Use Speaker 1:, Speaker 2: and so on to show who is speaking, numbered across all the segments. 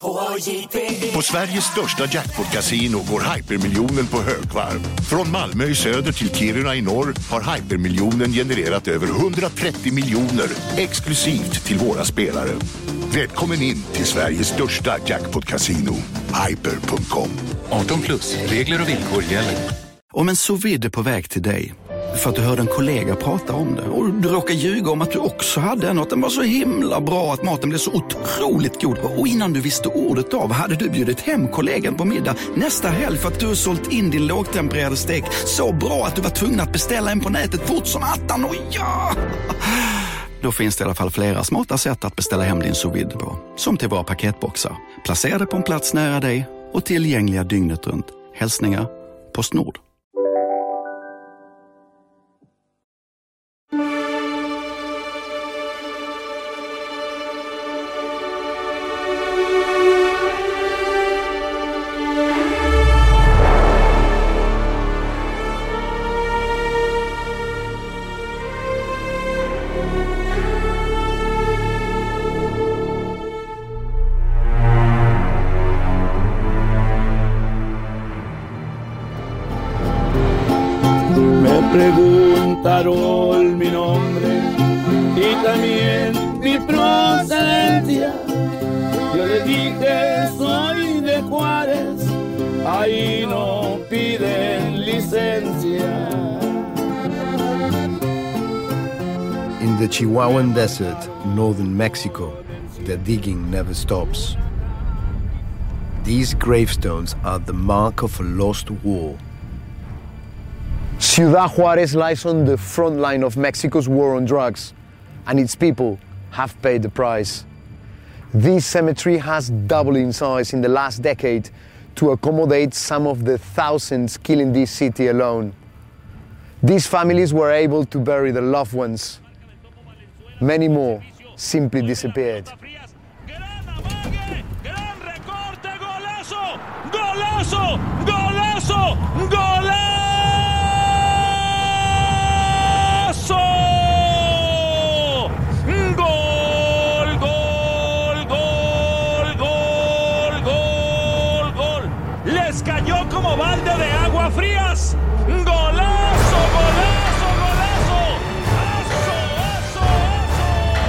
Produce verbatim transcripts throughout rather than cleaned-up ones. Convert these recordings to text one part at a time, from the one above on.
Speaker 1: På Sveriges största jackpot-casino går hypermiljonen på högvarv. Från Malmö i söder till Kiruna i norr har hypermiljonen genererat över hundratrettio miljoner exklusivt till våra spelare. Välkommen in till Sveriges största jackpot-casino, hyper punkt com.
Speaker 2: arton plus, regler och villkor gäller.
Speaker 3: Om en sous vide är på väg till dig för att du hörde en kollega prata om det och du råkar ljuga om att du också hade en och att den var så himla bra att maten blev så otroligt god. Och innan du visste ordet av hade du bjudit hem kollegan på middag nästa helg för att du sålt in din lågtempererade stek så bra att du var tvungen att beställa en på nätet fort som attan. Och ja! Då finns det i alla fall flera smarta sätt att beställa hem din sous vide på. Som till våra paketboxar. Placerade på en plats nära dig och tillgängliga dygnet runt. Hälsningar PostNord.
Speaker 4: Preguntaron mi nombre y también mi procedencia. Yo le dije soy de Juárez, ahí no piden licencia.
Speaker 5: In the Chihuahuan Desert, northern Mexico, the digging never stops. These gravestones are the mark of a lost war.
Speaker 6: Ciudad Juárez lies on the front line of Mexico's war on drugs, and its people have paid the price. This cemetery has doubled in size in the last decade to accommodate some of the thousands killed in this city alone. These families were able to bury their loved ones. Many more simply disappeared.
Speaker 4: ¡Golazo! ¡Golazo! ¡Golazo! ¡Gol! ¡Gol! ¡Gol! ¡Gol! ¡Gol! ¡Gol! Les cayó como balde de agua frías. ¡Golazo! ¡Golazo! ¡Golazo! ¡Aso! ¡Aso! ¡Aso!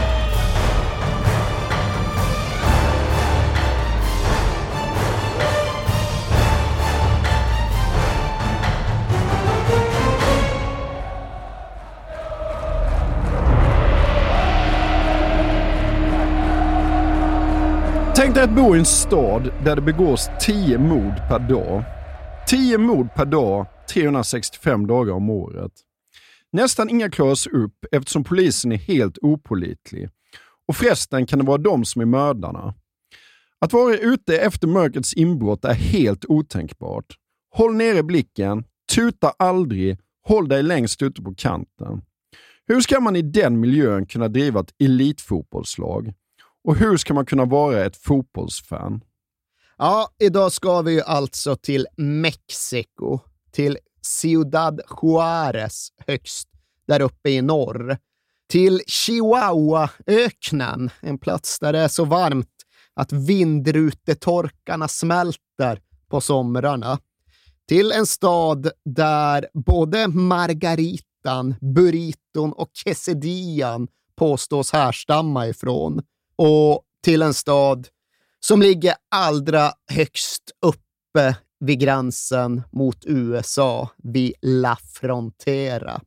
Speaker 7: Tänk dig att bo i en stad där det begås tio mord per dag. tio mord per dag, trehundrasextiofem dagar om året. Nästan inga klaras upp eftersom polisen är helt opålitlig. Och förresten kan det vara de som är mördarna. Att vara ute efter mörkrets inbrott är helt otänkbart. Håll nere blicken, tuta aldrig, håll dig längst ute på kanten. Hur ska man i den miljön kunna driva ett elitfotbollslag? Och hur ska man kunna vara ett fotbollsfan?
Speaker 8: Ja, idag ska vi ju alltså till Mexiko, till Ciudad Juárez högst där uppe i norr. Till Chihuahua-öknen, en plats där det är så varmt att vindrutetorkarna smälter på somrarna. Till en stad där både margaritan, burriton och quesadillan påstås härstamma ifrån. Och till en stad som ligger allra högst uppe vid gränsen mot U S A, vid La Frontera.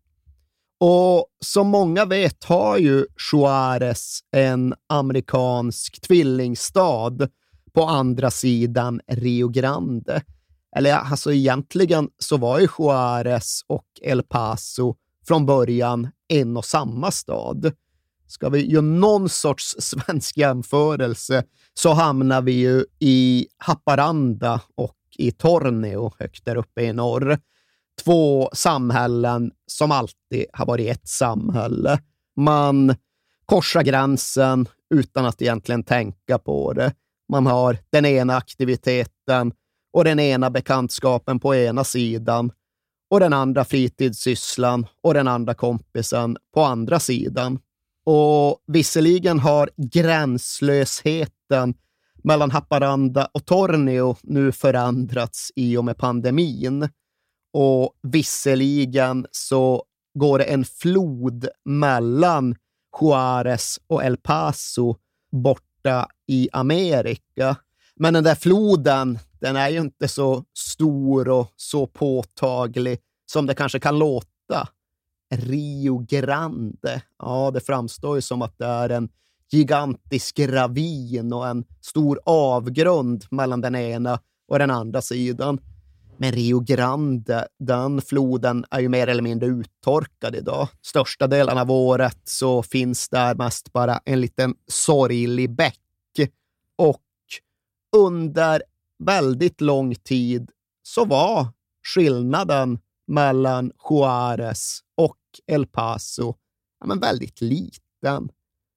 Speaker 8: Och som många vet har ju Juárez en amerikansk tvillingstad på andra sidan Rio Grande. Eller alltså egentligen så var ju Juárez och El Paso från början en och samma stad. Ska vi göra någon sorts svensk jämförelse så hamnar vi ju i Haparanda och i Torneo högt där uppe i norr. Två samhällen som alltid har varit ett samhälle. Man korsar gränsen utan att egentligen tänka på det. Man har den ena aktiviteten och den ena bekantskapen på ena sidan och den andra fritidssysslan och den andra kompisen på andra sidan. Och visserligen har gränslösheten mellan Haparanda och Tornio nu förändrats i och med pandemin. Och visserligen så går det en flod mellan Juárez och El Paso borta i Amerika. Men den där floden, den är ju inte så stor och så påtaglig som det kanske kan låta. Rio Grande, ja, det framstår ju som att det är en gigantisk ravin och en stor avgrund mellan den ena och den andra sidan. Men Rio Grande, den floden är ju mer eller mindre uttorkad idag. Största delen av året så finns där mest bara en liten sorglig bäck. Och under väldigt lång tid så var skillnaden mellan Juárez och El Paso ja, men väldigt liten.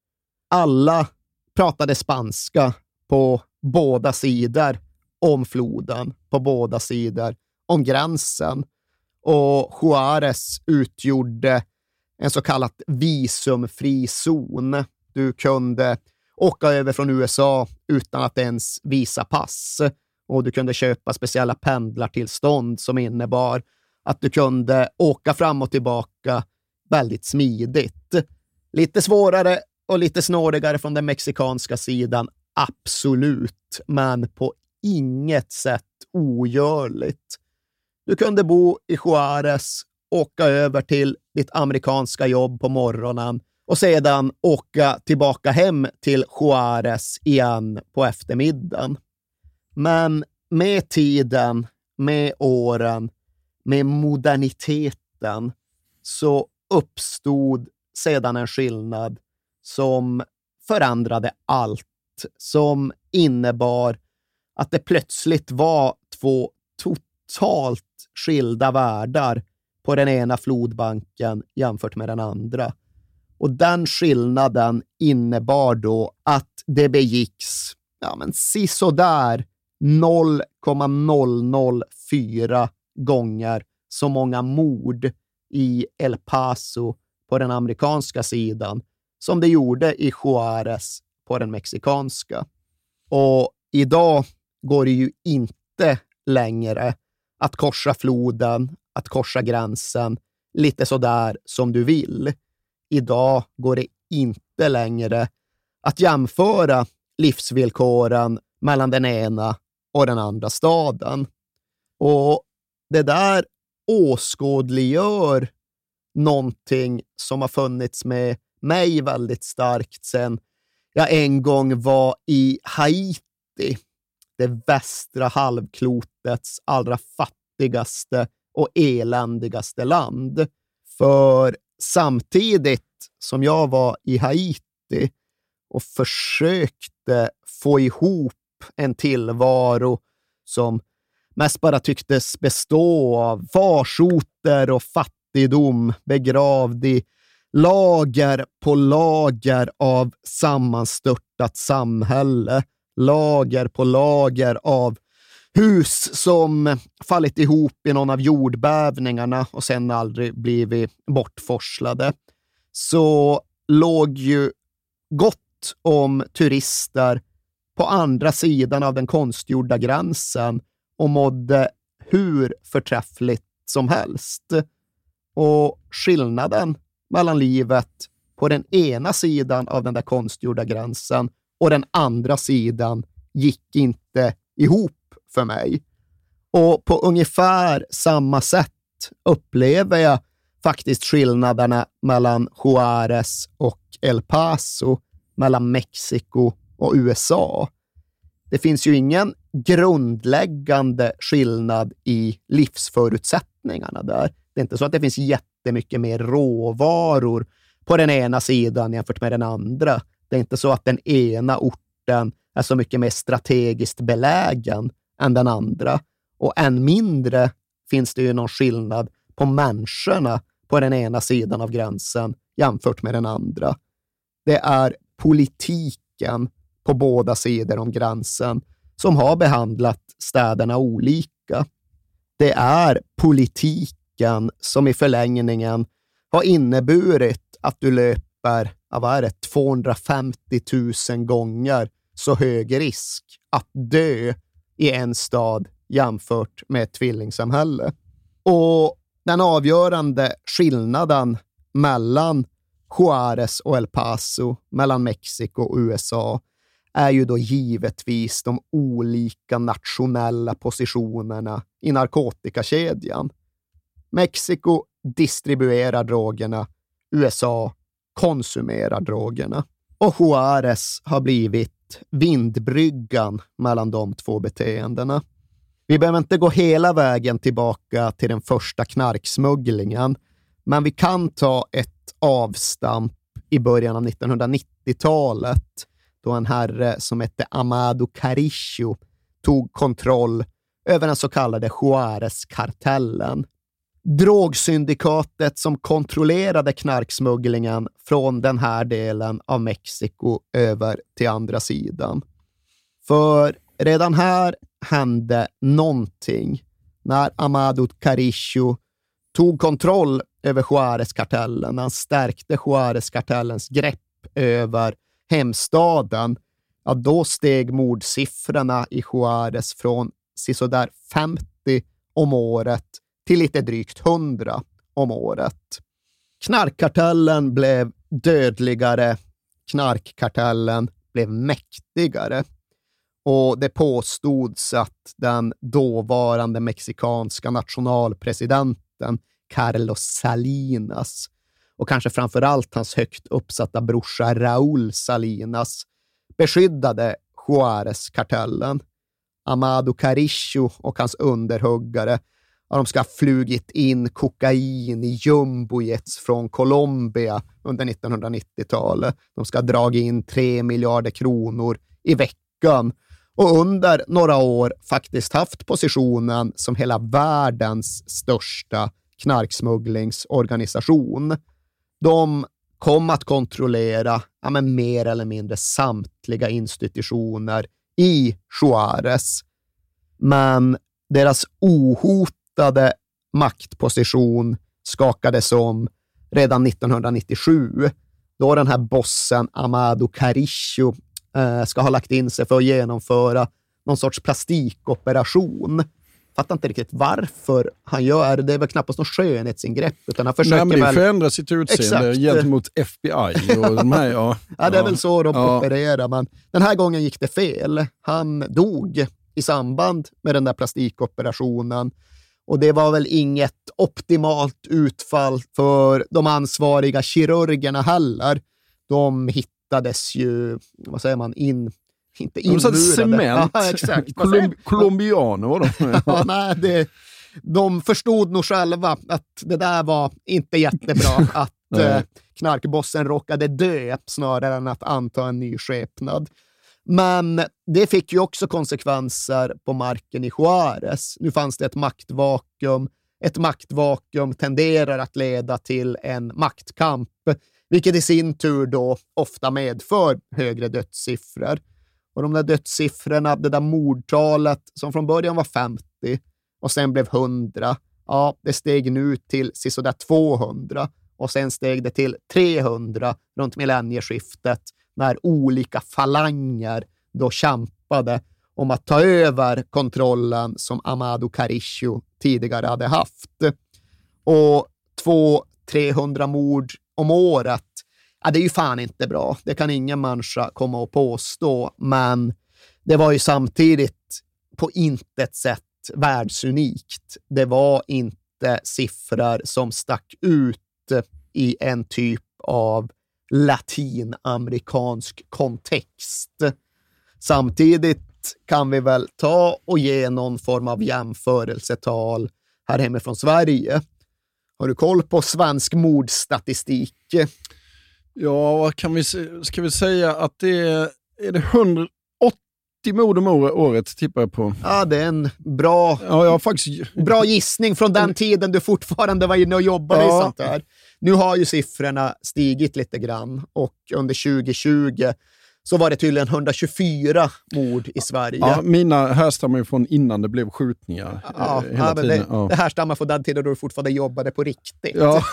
Speaker 8: Alla pratade spanska på båda sidor om floden, på båda sidor om gränsen. Och Juárez utgjorde en så kallad visumfri zon. Du kunde åka över från U S A utan att ens visa pass. Och du kunde köpa speciella pendlartillstånd som innebar att du kunde åka fram och tillbaka väldigt smidigt. Lite svårare och lite snårigare från den mexikanska sidan, absolut, men på inget sätt ogörligt. Du kunde bo i Juárez, åka över till ditt amerikanska jobb på morgonen och sedan åka tillbaka hem till Juárez igen på eftermiddagen. Men med tiden, med åren, med moderniteten så uppstod sedan en skillnad som förändrade allt, som innebar att det plötsligt var två totalt skilda världar på den ena flodbanken jämfört med den andra. Och den skillnaden innebar då att det begicks ja, men sisådär noll komma noll noll fyra gånger så många mord i El Paso på den amerikanska sidan som det gjorde i Juárez på den mexikanska. Och idag går det ju inte längre att korsa floden, att korsa gränsen lite sådär som du vill. Idag går det inte längre att jämföra livsvillkoren mellan den ena och den andra staden. Och det där åskådliggör någonting som har funnits med mig väldigt starkt sedan jag en gång var i Haiti, det västra halvklotets allra fattigaste och eländigaste land. För samtidigt som jag var i Haiti och försökte få ihop en tillvaro som mest bara tycktes bestå av farsoter och fattigdom begravd i lager på lager av sammanstörtat samhälle, lager på lager av hus som fallit ihop i någon av jordbävningarna och sen aldrig blivit bortforslade, så låg ju gott om turister på andra sidan av den konstgjorda gränsen och mådde hur förträffligt som helst. Och skillnaden mellan livet på den ena sidan av den där konstgjorda gränsen och den andra sidan gick inte ihop för mig. Och på ungefär samma sätt upplever jag faktiskt skillnaderna mellan Juárez och El Paso, mellan Mexiko och U S A. Det finns ju ingen grundläggande skillnad i livsförutsättningarna där. Det är inte så att det finns jättemycket mer råvaror på den ena sidan jämfört med den andra. Det är inte så att den ena orten är så mycket mer strategiskt belägen än den andra. Och än mindre finns det ju någon skillnad på människorna på den ena sidan av gränsen jämfört med den andra. Det är politiken på båda sidor om gränsen som har behandlat städerna olika. Det är politiken som i förlängningen har inneburit att du löper, vad är det, tvåhundrafemtio tusen gånger så hög risk att dö i en stad jämfört med ett tvillingsamhälle. Och den avgörande skillnaden mellan Juárez och El Paso, mellan Mexiko och U S A, är ju då givetvis de olika nationella positionerna i narkotikakedjan. Mexiko distribuerar drogerna, U S A konsumerar drogerna. Och Juárez har blivit vindbryggan mellan de två beteendena. Vi behöver inte gå hela vägen tillbaka till den första knarksmugglingen, men vi kan ta ett avstamp i början av nittonhundranittiotalet då en herre som hette Amado Carrillo tog kontroll över den så kallade Juárez-kartellen. Drogsyndikatet som kontrollerade knarksmugglingen från den här delen av Mexiko över till andra sidan. För redan här hände någonting när Amado Carrillo tog kontroll över Juárez-kartellen. Han stärkte Juárez-kartellens grepp över hemstaden. Ja, då steg mordsiffrorna i Juárez från sådär femtio om året till lite drygt hundra om året. Knarkkartellen blev dödligare. Knarkkartellen blev mäktigare. Och det påstods att den dåvarande mexikanska nationalpresidenten Carlos Salinas och kanske framförallt hans högt uppsatta brorsa Raúl Salinas beskyddade Juárez-kartellen. Amado Carrillo och hans underhuggare har de ska ha flugit in kokain i jumbojets från Colombia under nittonhundranittiotalet. De ska ha dragit in tre miljarder kronor i veckan och under några år faktiskt haft positionen som hela världens största knarksmugglingsorganisation. De kom att kontrollera ja, men mer eller mindre samtliga institutioner i Juárez. Men deras ohotade maktposition skakades om redan nittonhundranittiosju då den här bossen Amado Carrillo eh, ska ha lagt in sig för att genomföra någon sorts plastikoperation. Fattar inte riktigt varför han gör det. Det är väl knappast någon skönhetsingrepp utan han försöker.
Speaker 7: Nej, men det
Speaker 8: väl
Speaker 7: förändrar sitt utseende gentemot F B I och de här, ja.
Speaker 8: ja, det är
Speaker 7: ja.
Speaker 8: väl så de
Speaker 7: ja.
Speaker 8: opererar. Men den här gången gick det fel. Han dog i samband med den där plastikoperationen. Och det var väl inget optimalt utfall för de ansvariga kirurgerna heller. De hittades ju, vad säger man, in... Inte inmurade.
Speaker 7: De satt cement.
Speaker 8: Ja, exakt.
Speaker 7: Colom- Colombianer var de.
Speaker 8: ja, nej, det, de förstod nog själva att det där var inte jättebra. Att eh, knarkbossen råkade dö snarare än att anta en ny skepnad. Men det fick ju också konsekvenser på marken i Juárez. Nu fanns det ett maktvakuum. Ett maktvakuum tenderar att leda till en maktkamp, vilket i sin tur då ofta medför högre dödssiffror. Och de där dödssiffrorna, det där mordtalet som från början var femtio och sen blev hundra, ja, det steg nu till sådär tvåhundra och sen steg det till trehundra runt millennieskiftet när olika falanger då kämpade om att ta över kontrollen som Amado Carrillo tidigare hade haft. Och två trehundra mord om året, ja, det är ju fan inte bra. Det kan ingen människa komma och påstå, men det var ju samtidigt på intet sätt världsunikt. Det var inte siffror som stack ut i en typ av latinamerikansk kontext. Samtidigt kan vi väl ta och ge någon form av jämförelsetal här hemifrån Sverige. Har du koll på svensk mordstatistik?
Speaker 7: Ja, vad kan vi, ska vi säga att det är, är det hundraåttio mord om året tippar jag på.
Speaker 8: Ja, det är en bra,
Speaker 7: ja, jag faktiskt...
Speaker 8: bra gissning från den tiden du fortfarande var inne och jobbade ja. i sånt där. Nu har ju siffrorna stigit lite grann och under tjugo tjugo så var det tydligen hundratjugofyra mord i Sverige.
Speaker 7: Ja, mina härstammar ju från innan det blev skjutningar.
Speaker 8: Ja,
Speaker 7: hela
Speaker 8: ja, men
Speaker 7: tiden.
Speaker 8: det,
Speaker 7: Ja.
Speaker 8: det härstammar från den tiden då du fortfarande jobbade på riktigt.
Speaker 7: Ja.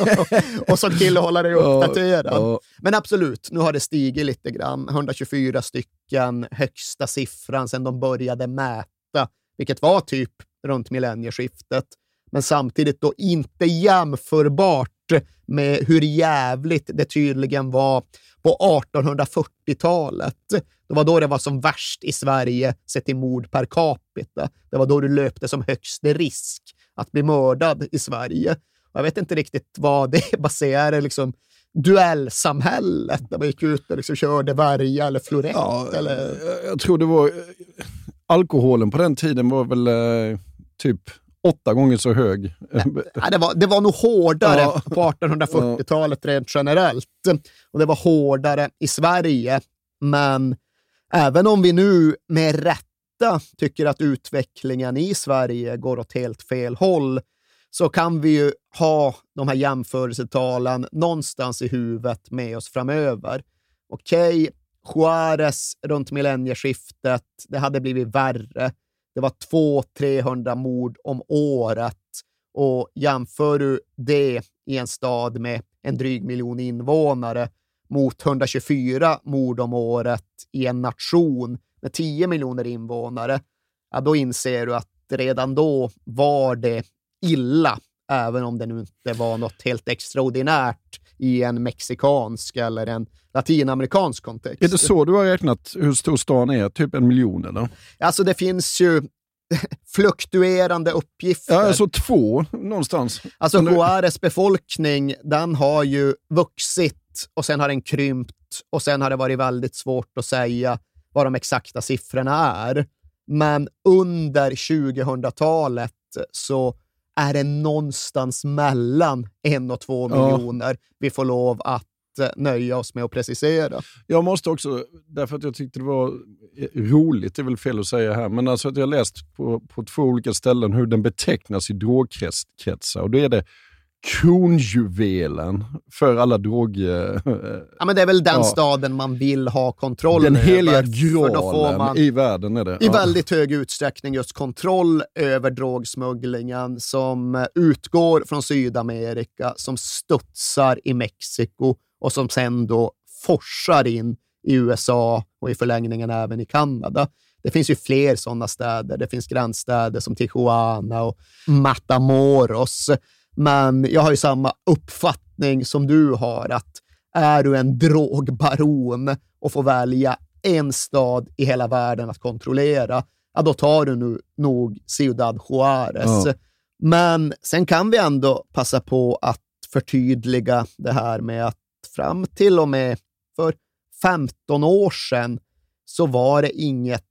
Speaker 8: Och såg till att hålla dig uppdaterad.
Speaker 7: Ja, ja.
Speaker 8: Men absolut, nu har det stigit lite grann. hundratjugofyra stycken, högsta siffran sedan de började mäta, vilket var typ runt millennieskiftet. Men samtidigt då inte jämförbart med hur jävligt det tydligen var på artonhundrafyrtiotalet. Det var då det var som värst i Sverige sett till mord per capita. Det var då du löpte som högst risk att bli mördad i Sverige. Och jag vet inte riktigt vad det baserar liksom duellsamhället där man gick ut och liksom körde värja eller florett.
Speaker 7: Ja,
Speaker 8: eller...
Speaker 7: Jag tror det var alkoholen på den tiden var väl eh, typ åtta gånger så hög.
Speaker 8: Nej, det, var, det var nog hårdare
Speaker 7: Ja.
Speaker 8: på artonhundrafyrtiotalet rent generellt. Och det var hårdare i Sverige. Men även om vi nu med rätta tycker att utvecklingen i Sverige går åt helt fel håll, så kan vi ju ha de här jämförelsetalen någonstans i huvudet med oss framöver. Okej, okay, Juárez runt millennieskiftet, det hade blivit värre. Det var två till trehundra mord om året. Och jämför du det i en stad med en dryg miljon invånare mot hundratjugofyra mord om året i en nation med tio miljoner invånare, ja, då inser du att redan då var det illa, även om det nu inte var något helt extraordinärt i en mexikansk eller en latinamerikansk kontext.
Speaker 7: Är det så du har räknat hur stor stan är? Typ en miljon eller?
Speaker 8: Alltså det finns ju fluktuerande uppgifter.
Speaker 7: Ja, alltså två någonstans.
Speaker 8: Alltså Juárez befolkning, den har ju vuxit och sen har den krympt och sen har det varit väldigt svårt att säga vad de exakta siffrorna är. Men under tjugohundratalet så är det någonstans mellan en och två
Speaker 7: Ja.
Speaker 8: miljoner vi får lov att nöja oss med att precisera.
Speaker 7: Jag måste också, därför att jag tyckte det var roligt, det är väl fel att säga här, men alltså att jag har läst på, på två olika ställen hur den betecknas i drogkretsar, och då är det kronjuvelen för alla drog...
Speaker 8: Ja, men det är väl den
Speaker 7: ja.
Speaker 8: staden man vill ha kontroll
Speaker 7: Den
Speaker 8: över.
Speaker 7: heliga
Speaker 8: För då får
Speaker 7: graalen
Speaker 8: man
Speaker 7: i världen är det.
Speaker 8: i
Speaker 7: Ja.
Speaker 8: väldigt hög utsträckning just kontroll över drogsmugglingen som utgår från Sydamerika, som studsar i Mexiko och som sen då forsar in i U S A och i förlängningen även i Kanada. Det finns ju fler sådana städer. Det finns gränsstäder som Tijuana och Matamoros. Men jag har ju samma uppfattning som du har, att är du en drogbaron och får välja en stad i hela världen att kontrollera, ja, då tar du nu nog Ciudad Juárez.
Speaker 7: Ja.
Speaker 8: Men sen kan vi ändå passa på att förtydliga det här med att fram till och med för femton år sedan så var det inget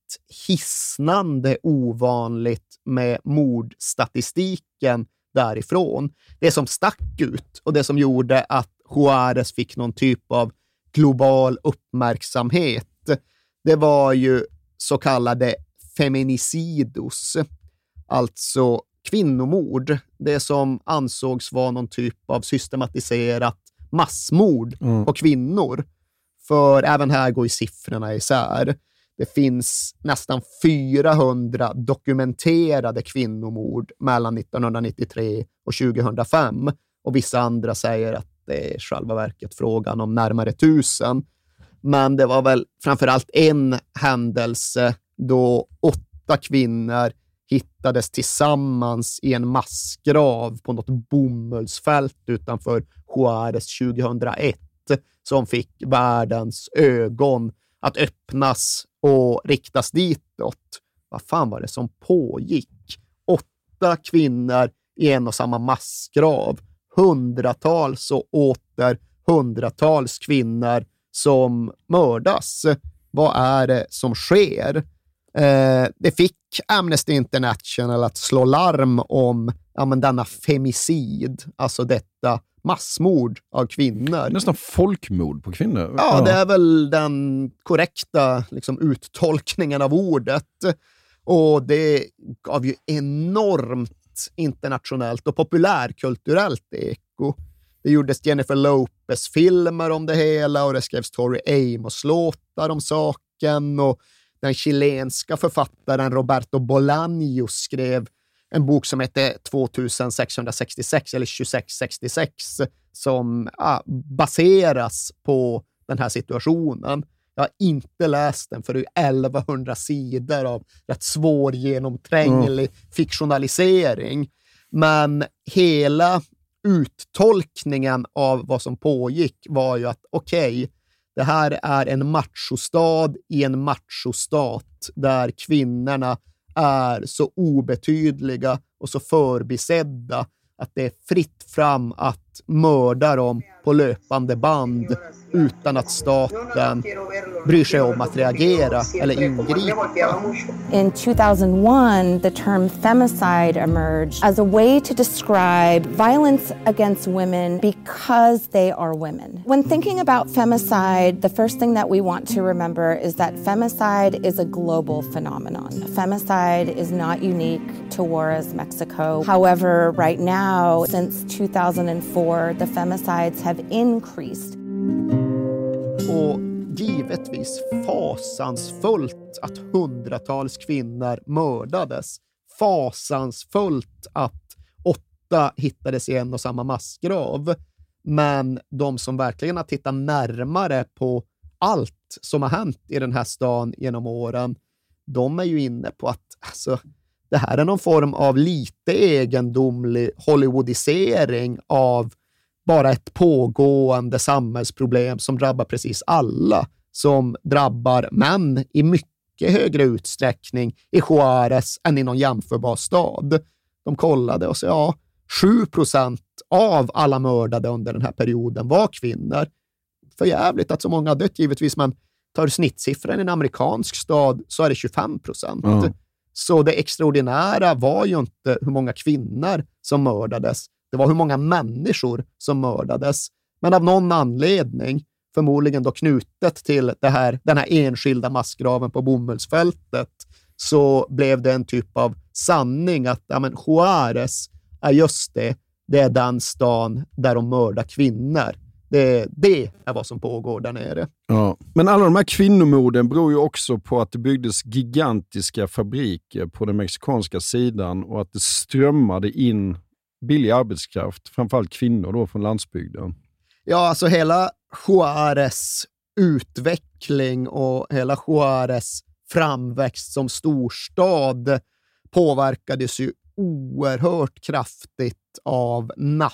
Speaker 8: hisnande ovanligt med mordstatistiken därifrån. Det som stack ut och det som gjorde att Juárez fick någon typ av global uppmärksamhet, det var ju så kallade feminicidos, alltså kvinnomord. Det som ansågs vara någon typ av systematiserat massmord
Speaker 7: Mm.
Speaker 8: på kvinnor. För även här går ju siffrorna isär. Det finns nästan fyrahundra dokumenterade kvinnomord mellan nittonhundranittiotre och tjugohundrafem. Och vissa andra säger att det är själva verket frågan om närmare tusen. Men det var väl framförallt en händelse då åtta kvinnor hittades tillsammans i en massgrav på något bomullsfält utanför Juárez tjugohundraett som fick världens ögon att öppnas och riktas ditåt. Vad fan var det som pågick? Åtta kvinnor i en och samma massgrav. Hundratals och åter hundratals kvinnor som mördas. Vad är det som sker? Eh, det fick Amnesty International att slå larm om ja, men denna femicid, alltså detta massmord av kvinnor.
Speaker 7: Nästan folkmord på kvinnor.
Speaker 8: Ja, ja, det är väl den korrekta liksom, uttolkningen av ordet. Och det gav ju enormt internationellt och populärkulturellt eko. Det Det gjordes Jennifer Lopez-filmer om det hela och det skrevs Tori Amos-låtar om saken, och den chilenska författaren Roberto Bolaños skrev en bok som heter tjugosexhundrasextiosex eller tjugosex sextiosex som ja, baseras på den här situationen. Jag har inte läst den, för det är elvahundra sidor av rätt svår genomtränglig mm. fiktionalisering. Men hela uttolkningen av vad som pågick var ju att okej, okay, det här är en machostad i en machostat där kvinnorna är så obetydliga och så förbisedda att det är fritt fram att mörda dem på löpande band utan att staten bryr sig om att reagera eller ingripa.
Speaker 9: In two thousand one, the term femicide emerged as a way to describe violence against women because they are women. When thinking about femicide, the first thing that we want to remember is that femicide is a global phenomenon. Femicide is not unique to Juarez, Mexico. However, right now, since two thousand four, the femicides have increased.
Speaker 8: Och givetvis fasansfullt att hundratals kvinnor mördades. Fasansfullt att åtta hittades i en och samma massgrav. Men de som verkligen har tittat närmare på allt som har hänt i den här stan genom åren, de är ju inne på att alltså, det här är någon form av lite egendomlig Hollywoodisering av bara ett pågående samhällsproblem som drabbar precis alla, som drabbar män i mycket högre utsträckning i Juarez än i någon jämförbar stad. De kollade och sa ja, sju procent av alla mördade under den här perioden var kvinnor. För jävligt att så många har dött givetvis, men tar du snittsiffran i en amerikansk stad så är det tjugofem procent. Mm. Så det extraordinära var ju inte hur många kvinnor som mördades. Det var hur många människor som mördades. Men av någon anledning, förmodligen då knutet till det här, den här enskilda massgraven på bomullsfältet, så blev det en typ av sanning att ja, men Juarez är just det. Det är den stan där de mördar kvinnor. Det, det är vad som pågår där nere.
Speaker 7: Ja. Men alla de här kvinnomorden beror ju också på att det byggdes gigantiska fabriker på den mexikanska sidan och att det strömmade in billig arbetskraft, framförallt kvinnor då från landsbygden.
Speaker 8: Ja, alltså hela Juarez utveckling och hela Juarez framväxt som storstad påverkades ju oerhört kraftigt av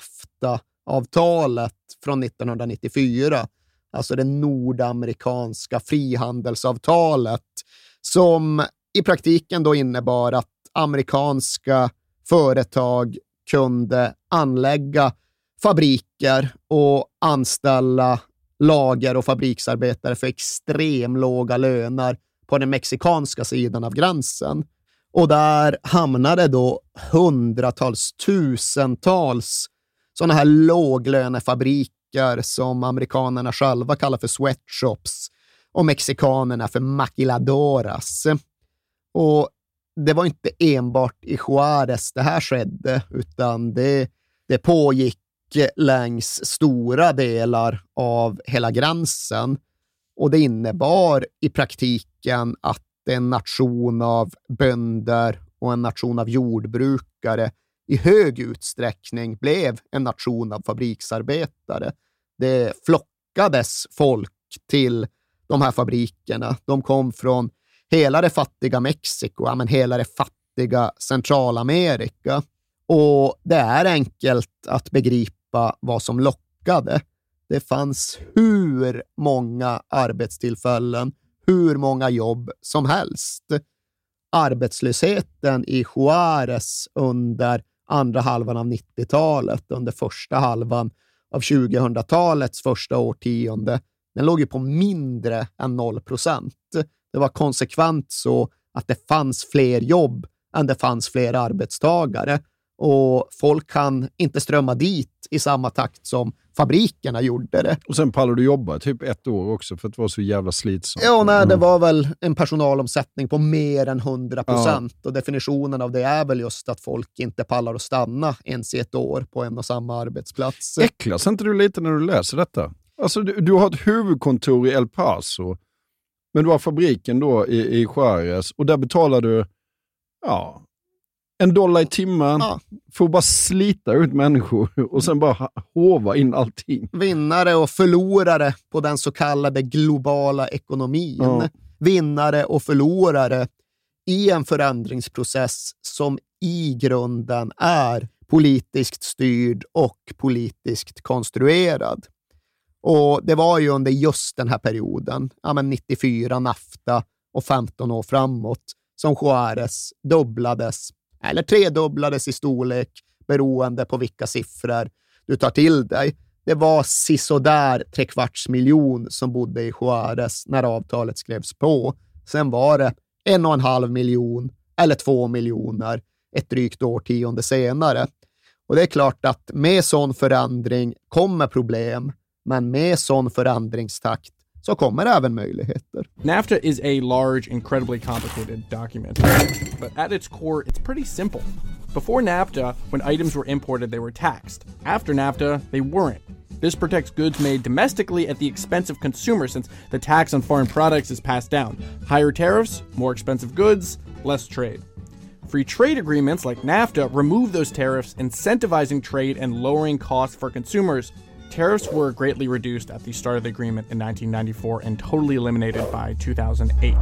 Speaker 8: NAFTA-avtalet från nittonhundranittiofyra. Alltså det nordamerikanska frihandelsavtalet som i praktiken då innebar att amerikanska företag kunde anlägga fabriker och anställa lager- och fabriksarbetare för extremt låga löner på den mexikanska sidan av gränsen. Och där hamnade då hundratals, tusentals sådana här låglönefabriker som amerikanerna själva kallar för sweatshops och mexikanerna för maquiladoras. Och det var inte enbart i Juarez det här skedde, utan det, det pågick längs stora delar av hela gränsen. Och det innebar i praktiken att en nation av bönder och en nation av jordbrukare i hög utsträckning blev en nation av fabriksarbetare. Det flockades folk till de här fabrikerna. De kom från hela det fattiga Mexiko, ja, men hela det fattiga Centralamerika. Och det är enkelt att begripa vad som lockade. Det fanns hur många arbetstillfällen, hur många jobb som helst. Arbetslösheten i Juarez under andra halvan av nittiotalet, under första halvan av tjugohundratalets första årtionde, den låg ju på mindre än noll procent. Det var konsekvent så att det fanns fler jobb än det fanns fler arbetstagare. och folk kan inte strömma dit i samma takt som fabrikerna gjorde det.
Speaker 7: Och sen pallar du jobba typ ett år också för att det var så jävla slitsamt.
Speaker 8: Ja, nej, det var väl en personalomsättning på mer än hundra procent. Ja. Och definitionen av det är väl just att folk inte pallar att stanna ens i ett år på en och samma arbetsplats.
Speaker 7: Äcklas inte du lite när du läser detta? Alltså du, du har ett huvudkontor i El Paso, men du har fabriken då i, i Juárez och där betalar du ja, en dollar i timmen ja. för att bara slita ut människor och sen bara hova in allting.
Speaker 8: Vinnare och förlorare på den så kallade globala ekonomin. Ja. Vinnare och förlorare i en förändringsprocess som i grunden är politiskt styrd och politiskt konstruerad. Och det var ju under just den här perioden, ja men nittiofyra NAFTA och femton år framåt, som Juárez dubblades eller tredubblades i storlek beroende på vilka siffror du tar till dig. Det var sisådär tre kvarts miljon som bodde i Juárez när avtalet skrevs på. Sen var det en och en halv miljon eller två miljoner ett drygt årtionde senare. Och det är klart att med sån förändring kommer problem, men med sån förändringstakt så kommer även möjligheter.
Speaker 10: NAFTA is a large, incredibly complicated document, but at its core, it's pretty simple. Before NAFTA, when items were imported, they were taxed. After NAFTA, they weren't. This protects goods made domestically at the expense of consumers, since the tax on foreign products is passed down. Higher tariffs, more expensive goods, less trade. Free trade agreements like NAFTA remove those tariffs, incentivizing trade and lowering costs for consumers. Tariffs were greatly reduced at the start of the agreement in nineteen ninety-four and totally eliminated by two thousand eight.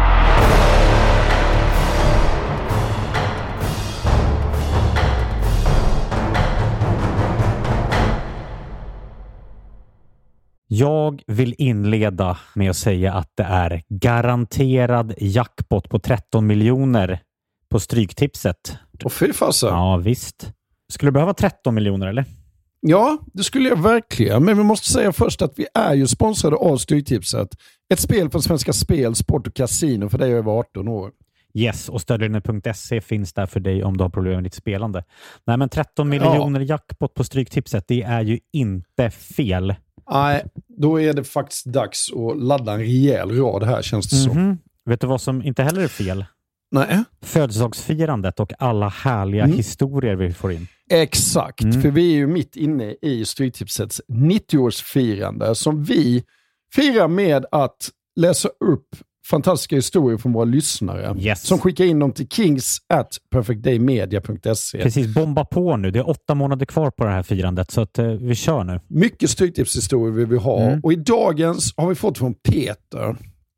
Speaker 4: Jag vill inleda med att säga att det är garanterad jackpot på tretton miljoner på Stryktipset.
Speaker 7: Och fy fasen.
Speaker 4: Ja, visst. Skulle du behöva tretton miljoner eller?
Speaker 7: Ja, det skulle jag verkligen. Men vi måste säga först att vi är ju sponsrade av Stryktipset. Ett spel från Svenska Spel, Sport och Casino för dig över arton år.
Speaker 4: Yes, och stödlinjen punkt se finns där för dig om du har problem med ditt spelande. Nej, men tretton miljoner ja. jackpot på Stryktipset, det är ju inte fel.
Speaker 7: Nej, då är det faktiskt dags att ladda en rejäl rad här, känns det
Speaker 4: mm-hmm.
Speaker 7: så.
Speaker 4: Vet du vad som inte heller är fel?
Speaker 7: Nej.
Speaker 4: Födelsedagsfirandet och alla härliga mm. historier vi får in.
Speaker 7: Exakt, mm. för vi är ju mitt inne i Stryktipsets nittio-årsfirande som vi firar med att läsa upp fantastiska historier från våra lyssnare
Speaker 4: yes.
Speaker 7: som skickar in dem till kings at perfectdaymedia punkt se.
Speaker 4: Precis, bomba på nu. Det är åtta månader kvar på det här firandet så att eh, vi kör nu.
Speaker 7: Mycket Stryktipshistorier vill vi ha mm. och i dagens har vi fått från Peter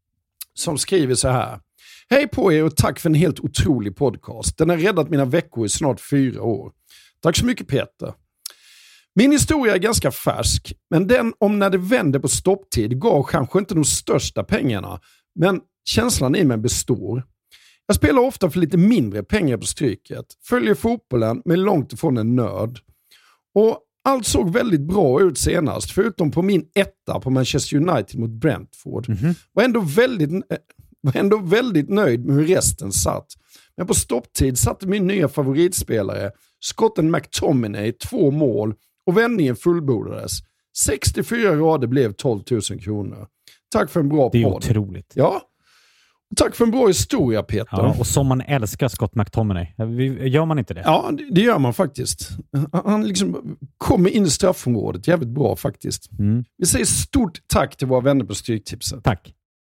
Speaker 7: som skriver så här. Hej på er och tack för en helt otrolig podcast. Den har räddat mina veckor i snart fyra år. Tack så mycket Peter. Min historia är ganska färsk, men den om när det vände på stopptid gav kanske inte de största pengarna, men känslan i mig består. Jag spelar ofta för lite mindre pengar på Stryket, följer fotbollen men långt ifrån en nörd. Och allt såg väldigt bra ut senast, förutom på min etta på Manchester United mot Brentford. Mm-hmm. Var ändå väldigt... var ändå väldigt nöjd med hur resten satt. Men på stopptid satte min nya favoritspelare, Scotten McTominay, två mål och vändningen fullbordades. sextiofyra rader blev tolv tusen kronor. Tack för en bra podd.
Speaker 4: Det är podd. Otroligt.
Speaker 7: Ja. Och tack för en bra historia, Peter.
Speaker 4: Ja, och som man älskar Scott McTominay. Gör man inte det?
Speaker 7: Ja, det gör man faktiskt. Han liksom kommer in i straffområdet jävligt bra faktiskt. Mm. Vi säger stort tack till våra vänner på Stryktipset.
Speaker 4: Tack.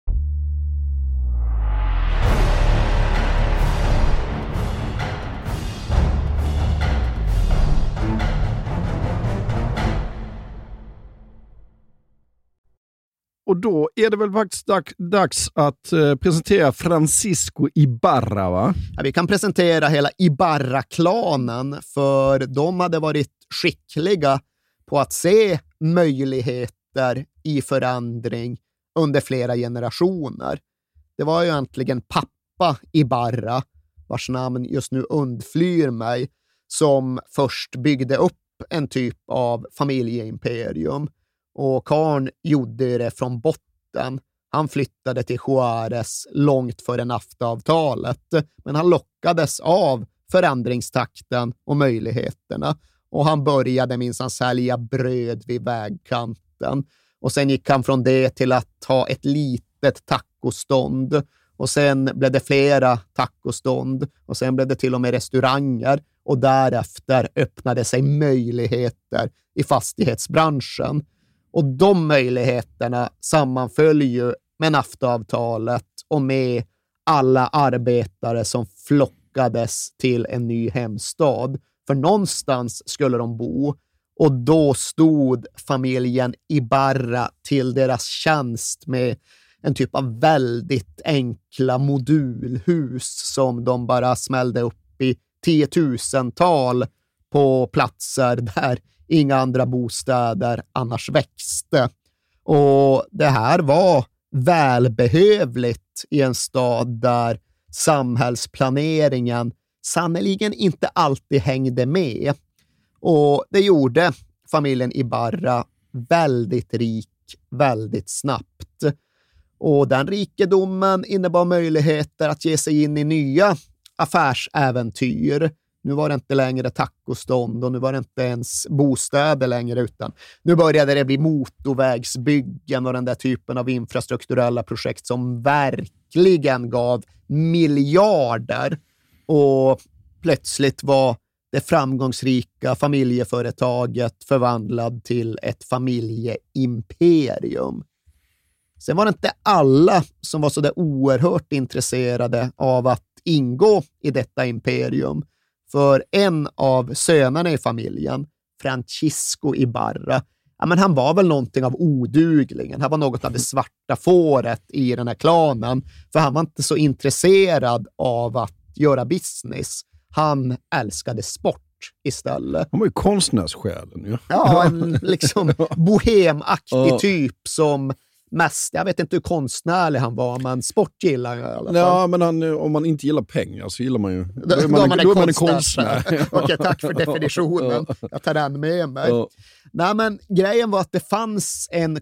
Speaker 7: Och då är det väl faktiskt dags att eh, presentera Francisco Ibarra, va?
Speaker 8: Ja, vi kan presentera hela Ibarra-klanen, för de hade varit skickliga på att se möjligheter i förändring under flera generationer. Det var ju egentligen pappa Ibarra, vars namn just nu undflyr mig, som först byggde upp en typ av familjeimperium. Och karn gjorde det från botten. Han flyttade till Juárez långt före NAFTA-avtalet. Men han lockades av förändringstakten och möjligheterna. Och han började minsann sälja bröd vid vägkanten. Och sen gick han från det till att ha ett litet tacostånd. Och sen blev det flera tacostånd. Och sen blev det till och med restauranger. Och därefter öppnade sig möjligheter i fastighetsbranschen. Och de möjligheterna sammanföljer ju med NAFTA-avtalet och med alla arbetare som flockades till en ny hemstad. För någonstans skulle de bo. Och då stod familjen Ibarra till deras tjänst med en typ av väldigt enkla modulhus som de bara smällde upp i tiotusental på platser där inga andra bostäder annars växte. Och det här var välbehövligt i en stad där samhällsplaneringen sannoliken inte alltid hängde med. Och det gjorde familjen Ibarra väldigt rik, väldigt snabbt. Och den rikedomen innebar möjligheter att ge sig in i nya affärsäventyr. Nu var det inte längre tacostånd och nu var det inte ens bostäder längre, utan nu började det bli motorvägsbyggen och den där typen av infrastrukturella projekt som verkligen gav miljarder. Och plötsligt var det framgångsrika familjeföretaget förvandlad till ett familjeimperium. Sen var det inte alla som var så där oerhört intresserade av att ingå i detta imperium. För en av sönerna i familjen, Francisco Ibarra, ja, men han var väl någonting av oduglingen. Han var något av det svarta fåret i den här klanen. För han var inte så intresserad av att göra business. Han älskade sport istället.
Speaker 7: Han var ju konstnärssjälen. Ja,
Speaker 8: ja en liksom bohemaktig typ som mest, jag vet inte hur konstnärlig han var, men sport gillar jag i alla fall.
Speaker 7: Ja, men han, om man inte gillar pengar så gillar man ju... Då
Speaker 8: är man,
Speaker 7: då
Speaker 8: man,
Speaker 7: då är man
Speaker 8: en
Speaker 7: konstnär.
Speaker 8: konstnär. Okej, tack för definitionen. Jag tar den med mig. Ja. Nej, men grejen var att det fanns en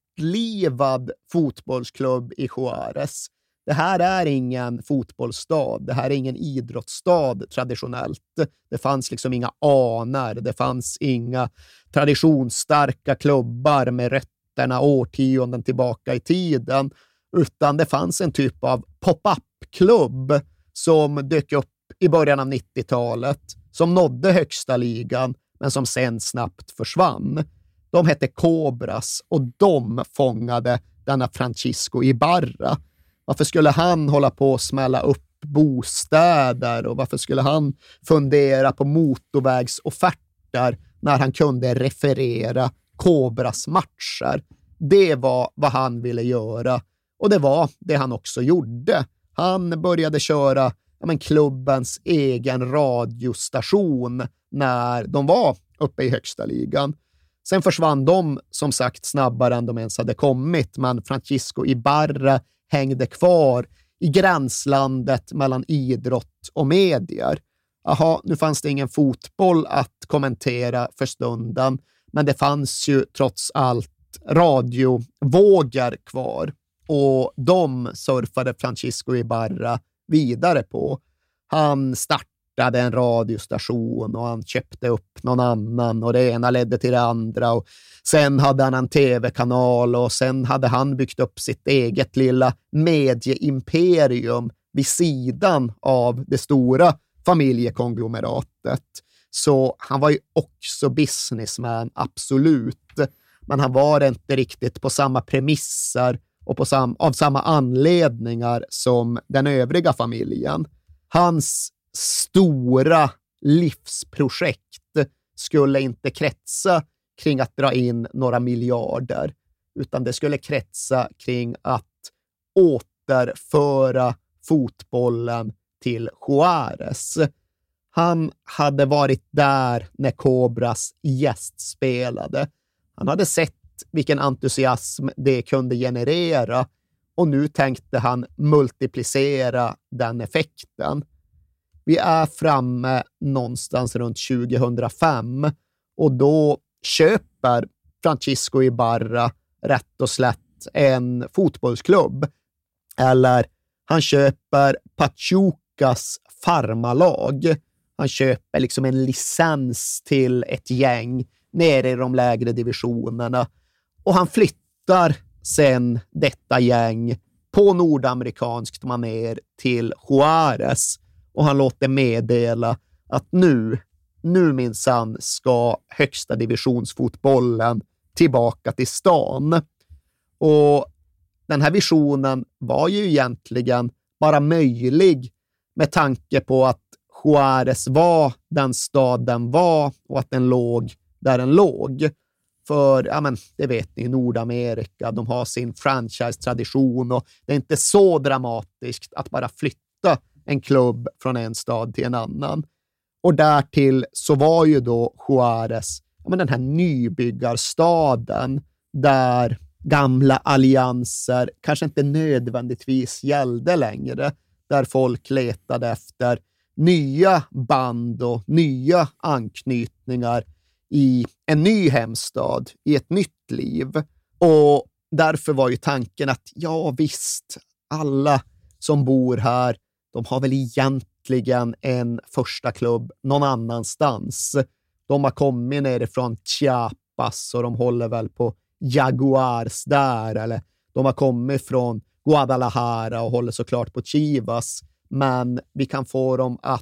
Speaker 8: kortlivad fotbollsklubb i Juárez. Det här är ingen fotbollsstad. Det här är ingen idrottsstad traditionellt. Det fanns liksom inga aner. Det fanns inga traditionsstarka klubbar med rötter årtionden tillbaka i tiden, utan det fanns en typ av pop-up-klubb som dök upp i början av nittiotalet, som nådde högsta ligan, men som sen snabbt försvann. De hette Cobras och de fångade denna Francisco Ibarra. Varför skulle han hålla på att smälla upp bostäder och varför skulle han fundera på motorvägsofferter när han kunde referera Cobras matcher? Det var vad han ville göra och det var det han också gjorde. Han började köra ja, men klubbens egen radiostation när de var uppe i högsta ligan. Sen försvann de som sagt snabbare än de ens hade kommit, men Francisco Ibarra hängde kvar i gränslandet mellan idrott och medier. Aha, nu fanns det ingen fotboll att kommentera för stunden, men det fanns ju trots allt radiovågar kvar och de surfade Francisco Ibarra vidare på. Han startade en radiostation och han köpte upp någon annan och det ena ledde till det andra och sen hade han en tv-kanal och sen hade han byggt upp sitt eget lilla medieimperium vid sidan av det stora familjekonglomeratet. Så han var ju också businessman, absolut. Men han var inte riktigt på samma premisser och på sam- av samma anledningar som den övriga familjen. Hans stora livsprojekt skulle inte kretsa kring att dra in några miljarder, utan det skulle kretsa kring att återföra fotbollen till Juárez. Han hade varit där när Cobras gästspelade. Han hade sett vilken entusiasm det kunde generera och nu tänkte han multiplicera den effekten. Vi är framme någonstans runt tjugohundrafem och då köper Francisco Ibarra rätt och slätt en fotbollsklubb. Eller han köper Pachucas farmalag Han köper liksom en licens till ett gäng nere i de lägre divisionerna. Och han flyttar sen detta gäng på nordamerikanskt manér till Juárez. Och han låter meddela att nu, nu minsann ska högsta divisionsfotbollen tillbaka till stan. Och den här visionen var ju egentligen bara möjlig med tanke på att Juárez var den stad den var och att den låg där den låg. För, ja men, det vet ni, Nordamerika, de har sin franchise-tradition och det är inte så dramatiskt att bara flytta en klubb från en stad till en annan. Och därtill så var ju då Juárez, ja men, den här nybyggarstaden där gamla allianser kanske inte nödvändigtvis gällde längre, där folk letade efter nya band och nya anknytningar i en ny hemstad, i ett nytt liv. Och därför var ju tanken att ja visst, alla som bor här, de har väl egentligen en första klubb någon annanstans. De har kommit nerifrån Chiapas och de håller väl på Jaguars där, eller de har kommit från Guadalajara och håller såklart på Chivas, men vi kan få dem att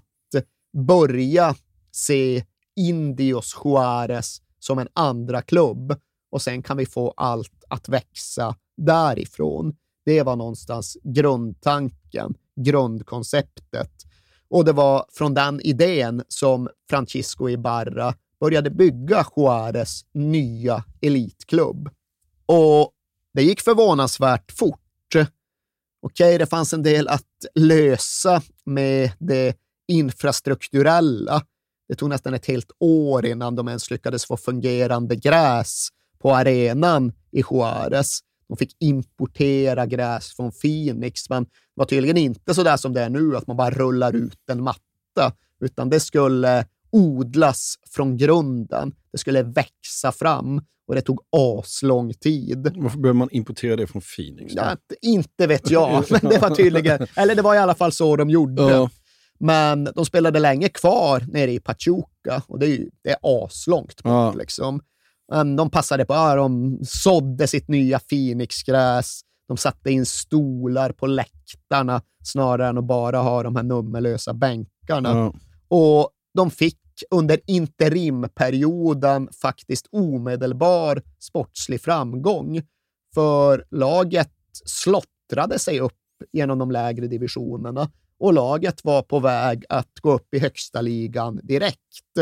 Speaker 8: börja se Indios Juárez som en andra klubb och sen kan vi få allt att växa därifrån. Det var någonstans grundtanken, grundkonceptet. Och det var från den idén som Francisco Ibarra började bygga Juárez nya elitklubb. Och det gick förvånansvärt fort. Okej, det fanns en del att lösa med det infrastrukturella. Det tog nästan ett helt år innan de ens lyckades få fungerande gräs på arenan i Juárez. De fick importera gräs från Phoenix, men det var tydligen inte så där som det är nu, att man bara rullar ut en matta, utan det skulle odlas från grunden. Det skulle växa fram och det tog aslång tid.
Speaker 7: Varför behöver man importera det från Phoenix?
Speaker 8: Ja, inte vet jag, men det var tydligen, eller det var i alla fall så de gjorde. Ja. Men de spelade länge kvar nere i Pachuca och det är ju det är aslångt bort, ja. liksom. Men de passade på, ja, de sådde sitt nya Phoenixgräs. De satte in stolar på läktarna snarare än att bara ha de här nummerlösa bänkarna. Ja. Och de fick under interimperioden faktiskt omedelbar sportslig framgång. För laget slottrade sig upp genom de lägre divisionerna och laget var på väg att gå upp i högsta ligan direkt.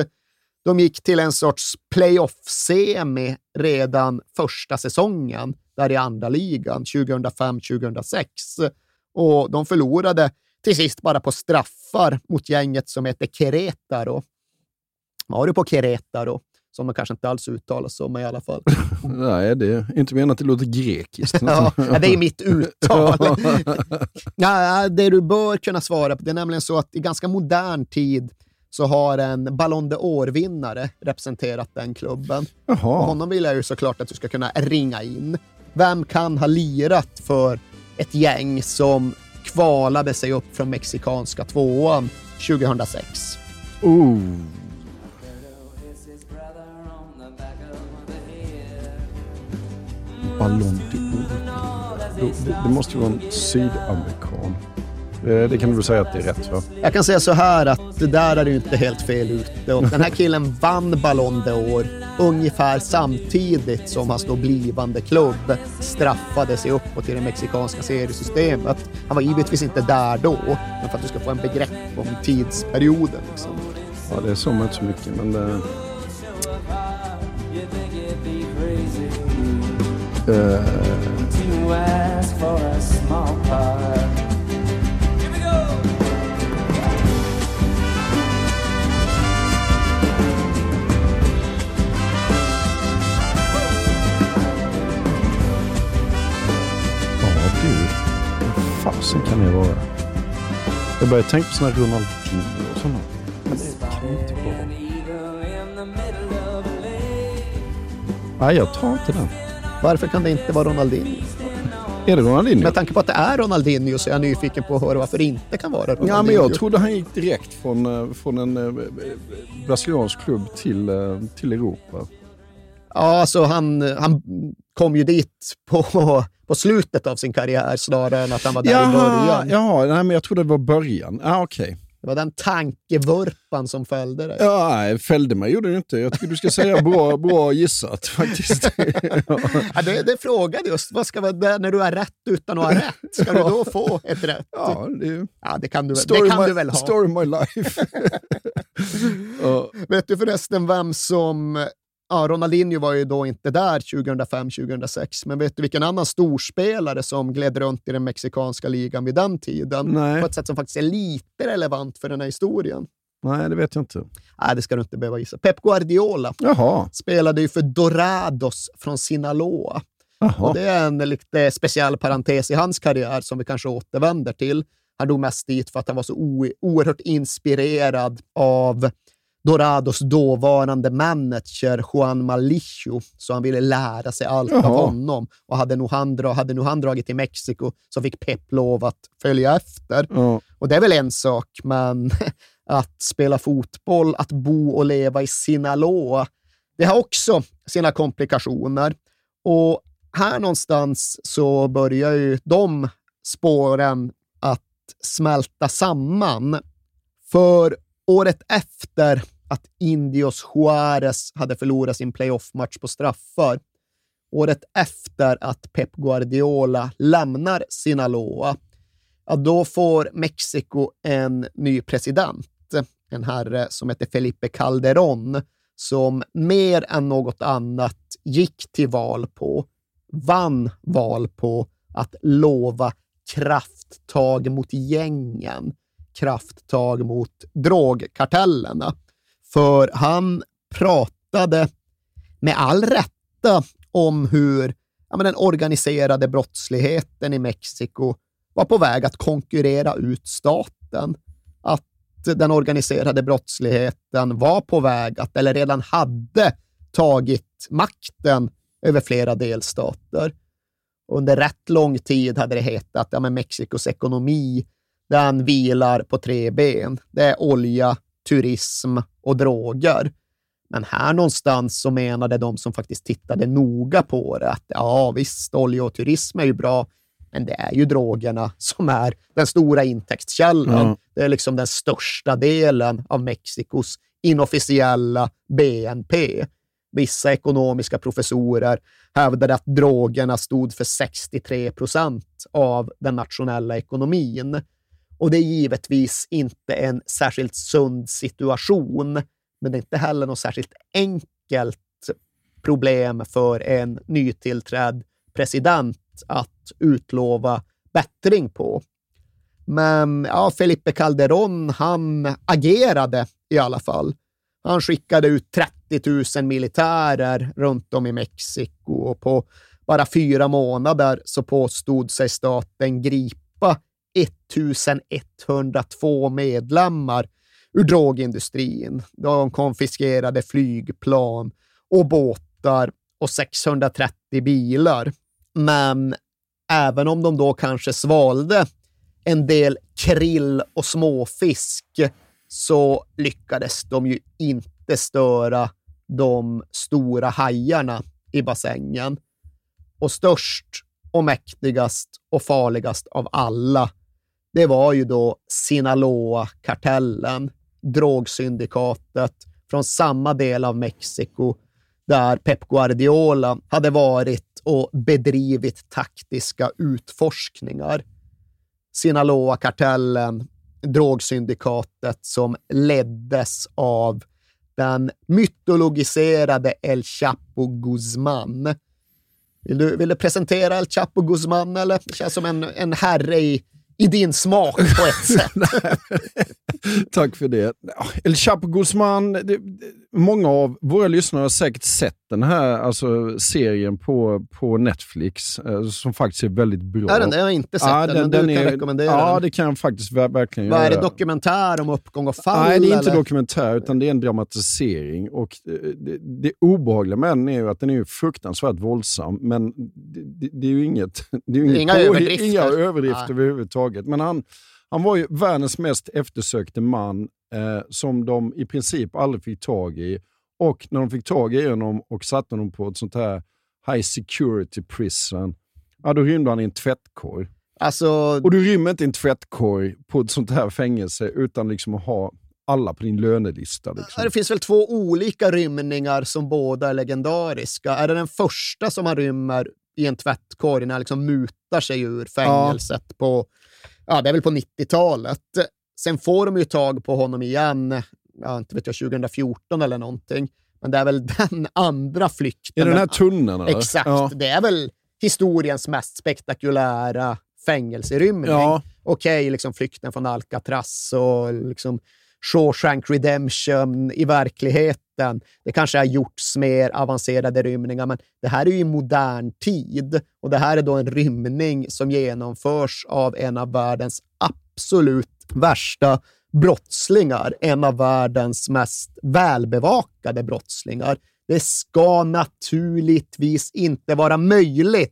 Speaker 8: De gick till en sorts playoff-semi redan första säsongen där i andra ligan tjugohundrafem tjugohundrasex och de förlorade till sist bara på straffar mot gänget som heter Querétaro. Var du på Querétaro? Som de kanske inte alls uttalas som i alla fall.
Speaker 7: Nej, det är inte menat att det låter grekiskt.
Speaker 8: Ja, det är mitt uttal. Ja, det du bör kunna svara på, det är nämligen så att i ganska modern tid så har en Ballon d'Or-vinnare representerat den klubben. Jaha. Och honom vill jag ju såklart att du ska kunna ringa in. Vem kan ha lirat för ett gäng som kvalade sig upp från mexikanska tvåan tjugohundrasex?
Speaker 7: Oh. Ballon d'Or. Det, det måste ju vara en sydamerikan. Det kan du väl säga att det är rätt, va?
Speaker 8: Jag kan säga så här att det där är ju inte helt fel ute. Och den här killen vann Ballon d'Or ungefär samtidigt som hans då blivande klubb straffade sig uppåt till det mexikanska seriesystemet. Han var givetvis inte där då, men för att du ska få en begrepp om tidsperioden. Liksom.
Speaker 7: Ja, det är så inte så mycket, men... Det... Uh... Fasen kan det vara. Jag börjar tänka på såna här Ronaldinho och sådana. Men det kan inte vara. Nej, jag tar inte den.
Speaker 8: Varför kan det inte vara Ronaldinho?
Speaker 7: Är det Ronaldinho?
Speaker 8: Med tanke på att det är Ronaldinho så är jag nyfiken på att höra varför det inte kan vara Ronaldinho.
Speaker 7: Ja, men jag trodde han gick direkt från, från en eh, brasiliansk klubb till, eh, till Europa.
Speaker 8: Ja, alltså han, han kom ju dit på, på slutet av sin karriär snarare än att han var där
Speaker 7: Jaha,
Speaker 8: i början.
Speaker 7: Ja, nej, men jag trodde det var början. Ja, ah, okej. Okay.
Speaker 8: Det var den tankevurpan som följde dig.
Speaker 7: Ja, nej, följde mig gjorde det inte. Jag tycker du ska säga bra, bra gissat faktiskt.
Speaker 8: Ja. Ja, det, det frågade just. Vad ska vara när du har rätt utan att ha rätt? Ska du då få ett rätt?
Speaker 7: Ja, det,
Speaker 8: ja, det kan du,
Speaker 7: story
Speaker 8: det kan
Speaker 7: my,
Speaker 8: du väl ha.
Speaker 7: Story my life.
Speaker 8: Ja. Vet du förresten vem som... Ja, Ronaldinho var ju då inte där tjugohundrafem tjugohundrasex, men vet du vilken annan storspelare som gled runt i den mexikanska ligan vid den tiden?
Speaker 7: Nej.
Speaker 8: På ett sätt som faktiskt är lite relevant för den här historien.
Speaker 7: Nej, det vet jag inte.
Speaker 8: Nej, det ska du inte behöva gissa. Pep Guardiola
Speaker 7: Jaha.
Speaker 8: spelade ju för Dorados från Sinaloa.
Speaker 7: Jaha.
Speaker 8: Och det är en lite speciell parentes i hans karriär som vi kanske återvänder till. Han dog mest dit för att han var så o- oerhört inspirerad av Dorados dåvarande manager Juan Malicho, så han ville lära sig allt Jaha. av honom. Och hade nog, han dra, hade nog han dragit till Mexiko så fick Pep lov att följa efter.
Speaker 7: Ja.
Speaker 8: Och det är väl en sak, men att spela fotboll, att bo och leva i Sinaloa, det har också sina komplikationer. Och här någonstans så börjar ju de spåren att smälta samman. För året efter att Indios Juárez hade förlorat sin playoff-match på straffar, året efter att Pep Guardiola lämnar Sinaloa, ja, då får Mexiko en ny president, en herre som heter Felipe Calderón, som mer än något annat gick till val på, vann val på att lova krafttag mot gängen, krafttag mot drogkartellerna. För han pratade med all rätta om hur ja, men den organiserade brottsligheten i Mexiko var på väg att konkurrera ut staten. Att den organiserade brottsligheten var på väg att, eller redan hade tagit makten över flera delstater. Under rätt lång tid hade det hetat att ja, men Mexikos ekonomi, den vilar på tre ben. Det är olja, turism och droger. Men här någonstans så menade de som faktiskt tittade noga på det att ja visst, olja och turism är ju bra, men det är ju drogerna som är den stora intäktskällan. Mm. Det är liksom den största delen av Mexikos inofficiella B N P. Vissa ekonomiska professorer hävdade att drogerna stod för sextiotre procent av den nationella ekonomin. Och det är givetvis inte en särskilt sund situation, men det är inte heller något särskilt enkelt problem för en nytillträdd president att utlova bättring på. Men ja, Felipe Calderón, han agerade i alla fall. Han skickade ut trettio tusen militärer runt om i Mexiko och på bara fyra månader så påstod sig staten gripa ettusenetthundratvå medlemmar ur drogindustrin. De konfiskerade flygplan och båtar och sexhundratrettio bilar. Men även om de då kanske svalde en del krill och småfisk så lyckades de ju inte störa de stora hajarna i bassängen. Och störst och mäktigast och farligast av alla, det var ju då Sinaloa-kartellen, drogsyndikatet från samma del av Mexiko där Pep Guardiola hade varit och bedrivit taktiska utforskningar. Sinaloa-kartellen, drogsyndikatet som leddes av den mytologiserade El Chapo Guzman. Vill du, vill du presentera El Chapo Guzman, eller? Det känns som en, en herre i, i din smak på ett sätt.
Speaker 7: Tack för det. El Chapo Guzman, det, många av våra lyssnare har säkert sett den här alltså, serien på, på Netflix eh, som faktiskt är väldigt bra.
Speaker 8: Ja, den har jag inte sett,
Speaker 7: ja,
Speaker 8: den,
Speaker 7: den,
Speaker 8: men
Speaker 7: den
Speaker 8: du kan
Speaker 7: är,
Speaker 8: rekommendera
Speaker 7: ja,
Speaker 8: den.
Speaker 7: det kan jag faktiskt verkligen
Speaker 8: Vad
Speaker 7: göra.
Speaker 8: är det, dokumentär om uppgång och fall?
Speaker 7: Nej, det är inte
Speaker 8: eller?
Speaker 7: dokumentär utan det är en dramatisering. Och det, det, det obehagliga med den är ju att den är ju fruktansvärt våldsam, men det, det, det är ju inget, det är ju
Speaker 8: inga
Speaker 7: på,
Speaker 8: överdrifter,
Speaker 7: inga överdrifter
Speaker 8: Nej.
Speaker 7: överhuvudtaget. Men han, han var ju världens mest eftersökte man eh, som de i princip aldrig fick tag i. Och när de fick tag i honom och satte honom på ett sånt här high security prison, ja, då rymde han i en tvättkorg.
Speaker 8: Alltså...
Speaker 7: Och du rymmer inte i en tvättkorg på ett sånt här fängelse utan liksom att ha alla på din lönelista. Liksom.
Speaker 8: Det finns väl två olika rymningar som båda är legendariska. Är det den första som han rymmer i en tvättkorg när han liksom mutar sig ur fängelset ja. på, ja, det är väl på nittiotalet. Sen får de ju tag på honom igen, ja, inte vet jag, tjugohundrafjorton eller någonting. Men det är väl den andra flykten.
Speaker 7: Är den här tunneln? Eller?
Speaker 8: Exakt,
Speaker 7: ja.
Speaker 8: Det är väl historiens mest spektakulära fängelserymning.
Speaker 7: Ja.
Speaker 8: Okej, liksom flykten från Alcatraz och liksom Shawshank Redemption i verkligheten. Det kanske har gjorts mer avancerade rymningar, men det här är ju i modern tid. Och det här är då en rymning som genomförs av en av världens absolut värsta brottslingar. En av världens mest välbevakade brottslingar. Det ska naturligtvis inte vara möjligt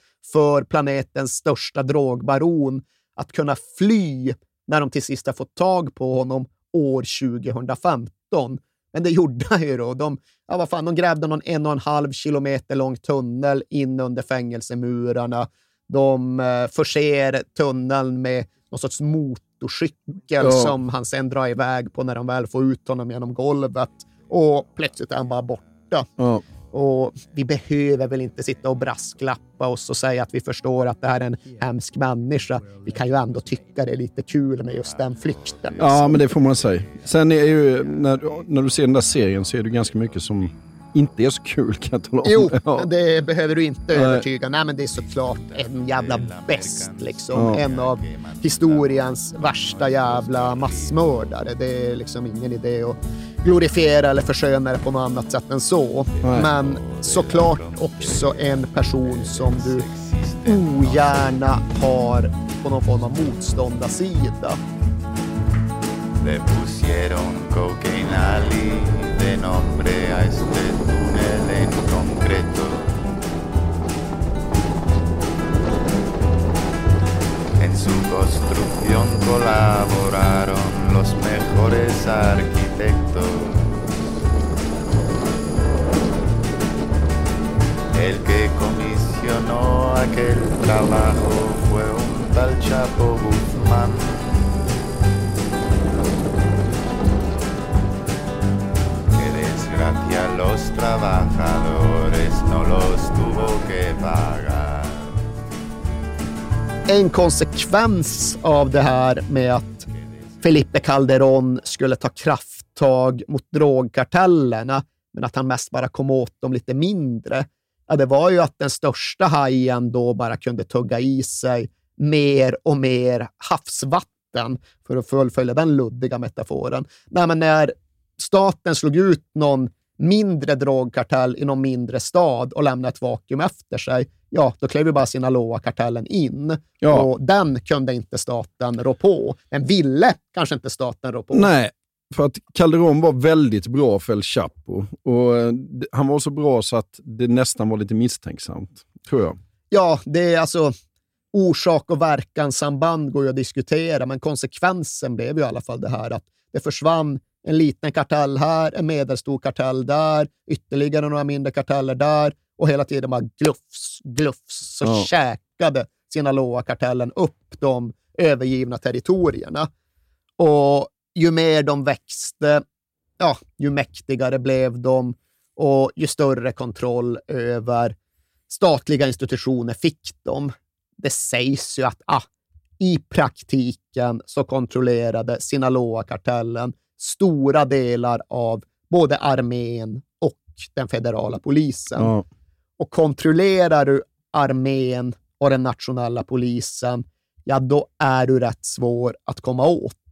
Speaker 8: för planetens största drogbaron att kunna fly när de till sist har fått tag på honom år tjugohundrafemton. Men det gjorde han ju då. De, ja, vad fan, de grävde någon en och en halv kilometer lång tunnel in under fängelsemurarna. De eh, förser tunneln med någon sorts motorcykel ja. som han sen drar iväg på när de väl får ut honom genom golvet. Och plötsligt är han bara borta.
Speaker 7: Ja.
Speaker 8: Och vi behöver väl inte sitta och brasklappa oss och säga att vi förstår att det här är en hemsk människa. Vi kan ju ändå tycka det är lite kul med just den flykten.
Speaker 7: Ja, men det får man säga. Sen är ju, när, när du ser den där serien så är det ganska mycket som inte är så kul, kan jag tala om.
Speaker 8: Jo,
Speaker 7: ja.
Speaker 8: det behöver du inte
Speaker 7: Nej.
Speaker 8: övertyga. Nej, men det är såklart en jävla bäst liksom.
Speaker 7: Ja.
Speaker 8: En av historiens värsta jävla massmördare. Det är liksom ingen idé att glorifiera eller försköna det på något annat sätt än så.
Speaker 7: Nej.
Speaker 8: Men såklart också en person som du ogärna har på någon form av motståndarsida.
Speaker 11: Le pusieron cocainali de nombre a este túnel en concreto. En su construcción colaboraron los mejores arquitectos. El que comisionó aquel trabajo fue un tal Chapo Guzmán. Gracias los trabajadores no los tuvo que pagar.
Speaker 8: En konsekvens av det här med att Felipe Calderón skulle ta krafttag mot drogkartellerna, men att han mest bara kom åt dem lite mindre, ja, det var ju att den största hajen då bara kunde tugga i sig mer och mer havsvatten, för att fullfölja den luddiga metaforen. Nej, men när staten slog ut någon mindre drogkartell i någon mindre stad och lämnade ett vakuum efter sig, ja, då klev ju bara Sinaloa-kartellen in.
Speaker 7: Ja.
Speaker 8: Och den kunde inte staten rå på. Den ville kanske inte staten rå på.
Speaker 7: Nej, för att Calderón var väldigt bra för El Chapo. Och han var så bra så att det nästan var lite misstänksamt, tror jag.
Speaker 8: Ja, det är alltså orsak och verkanssamband går ju att diskutera, men konsekvensen blev ju i alla fall det här att det försvann en liten kartell här, en medelstor kartell där, ytterligare några mindre karteller där, och hela tiden bara glufs, glufs, så
Speaker 7: ja.
Speaker 8: käkade Sinaloa-kartellen upp de övergivna territorierna. Och ju mer de växte, ja, ju mäktigare blev de, och ju större kontroll över statliga institutioner fick de. Det sägs ju att ah, i praktiken så kontrollerade Sinaloa-kartellen stora delar av både armén och den federala polisen.
Speaker 7: Ja.
Speaker 8: Och kontrollerar du armén och den nationella polisen, ja, då är du rätt svår att komma åt.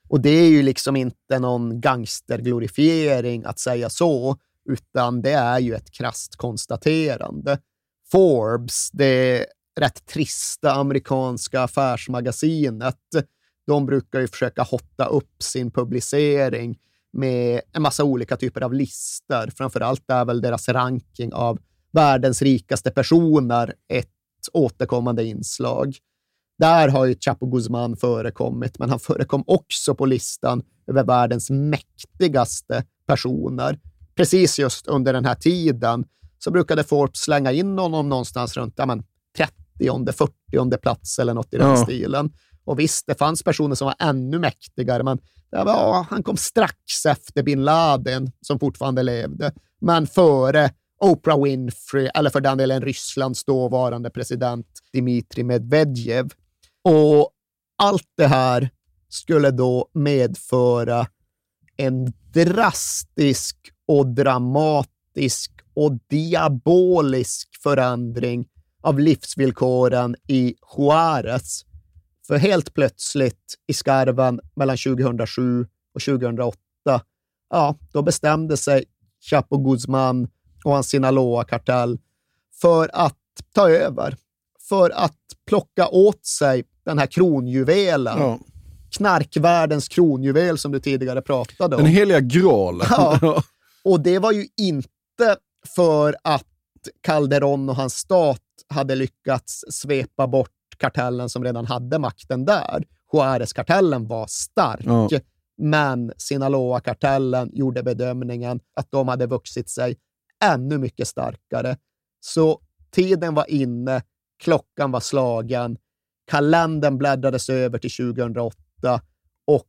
Speaker 8: Och det är ju liksom inte någon gangsterglorifiering att säga så, utan det är ju ett krasst konstaterande. Forbes, det rätt trista amerikanska affärsmagasinet, de brukar ju försöka hotta upp sin publicering med en massa olika typer av listor. Framförallt är väl deras ranking av världens rikaste personer ett återkommande inslag. Där har ju Chapo Guzman förekommit, men han förekom också på listan över världens mäktigaste personer. Precis just under den här tiden så brukade Forbes slänga in honom någonstans runt ja, men, trettionde, fyrtionde plats eller något i den ja. stilen. Och visst, det fanns personer som var ännu mäktigare, men det var, han kom strax efter bin Laden som fortfarande levde. Men före Oprah Winfrey, eller för den delen Rysslands dåvarande president Dmitrij Medvedev. Och allt det här skulle då medföra en drastisk och dramatisk och diabolisk förändring av livsvillkoren i Juárez. För helt plötsligt i skarven mellan tjugohundrasju och tjugohundraåtta, ja, då bestämde sig Chapo Guzman och hans Sinaloa-kartell för att ta över. För att plocka åt sig den här kronjuvelen. Ja. Knarkvärldens kronjuvel som du tidigare pratade om.
Speaker 7: Den heliga graalen.
Speaker 8: Ja. Och det var ju inte för att Calderón och hans stat hade lyckats svepa bort kartellen som redan hade makten där. Juárez-kartellen var stark. Ja. Men Sinaloa-kartellen gjorde bedömningen att de hade vuxit sig ännu mycket starkare. Så tiden var inne, klockan var slagen, kalendern bläddrades över till tjugohundraåtta och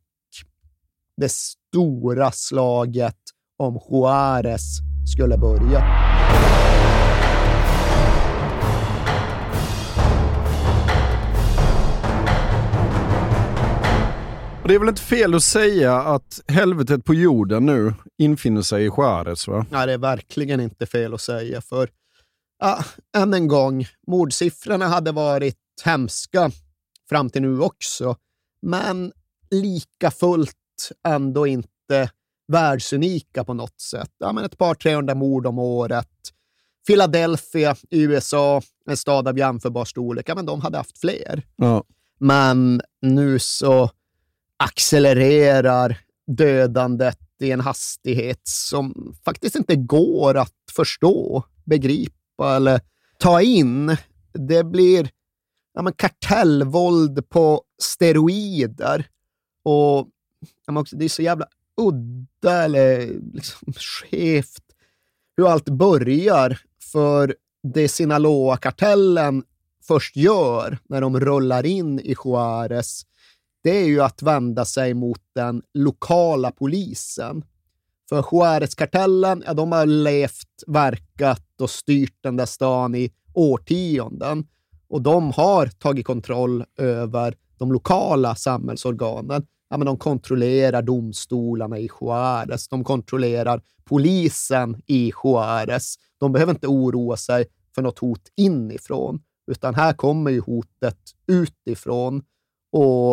Speaker 8: det stora slaget om Juárez skulle börja.
Speaker 7: Det är väl inte fel att säga att helvetet på jorden nu infinner sig i Juárez, va?
Speaker 8: Nej, det är verkligen inte fel att säga. För ja, än en gång, mordsiffrorna hade varit hemska fram till nu också. Men lika fullt ändå inte världsunika på något sätt. Ja, men ett par trehundra mord om året. Philadelphia i U S A, en stad av jämförbar storlek, ja, men de hade haft fler.
Speaker 7: Ja.
Speaker 8: Men nu så accelererar dödandet i en hastighet som faktiskt inte går att förstå, begripa eller ta in. Det blir ja, men kartellvåld på steroider och ja, men också, det är så jävla udda eller liksom skevt hur allt börjar. För det Sinaloa-kartellen först gör när de rullar in i Juárez, det är ju att vända sig mot den lokala polisen. För Juárez-kartellen, ja, de har levt, verkat och styrt den där stan i årtionden. Och de har tagit kontroll över de lokala samhällsorganen. Ja, men de kontrollerar domstolarna i Juárez. De kontrollerar polisen i Juárez. De behöver inte oroa sig för något hot inifrån. Utan här kommer ju hotet utifrån. Och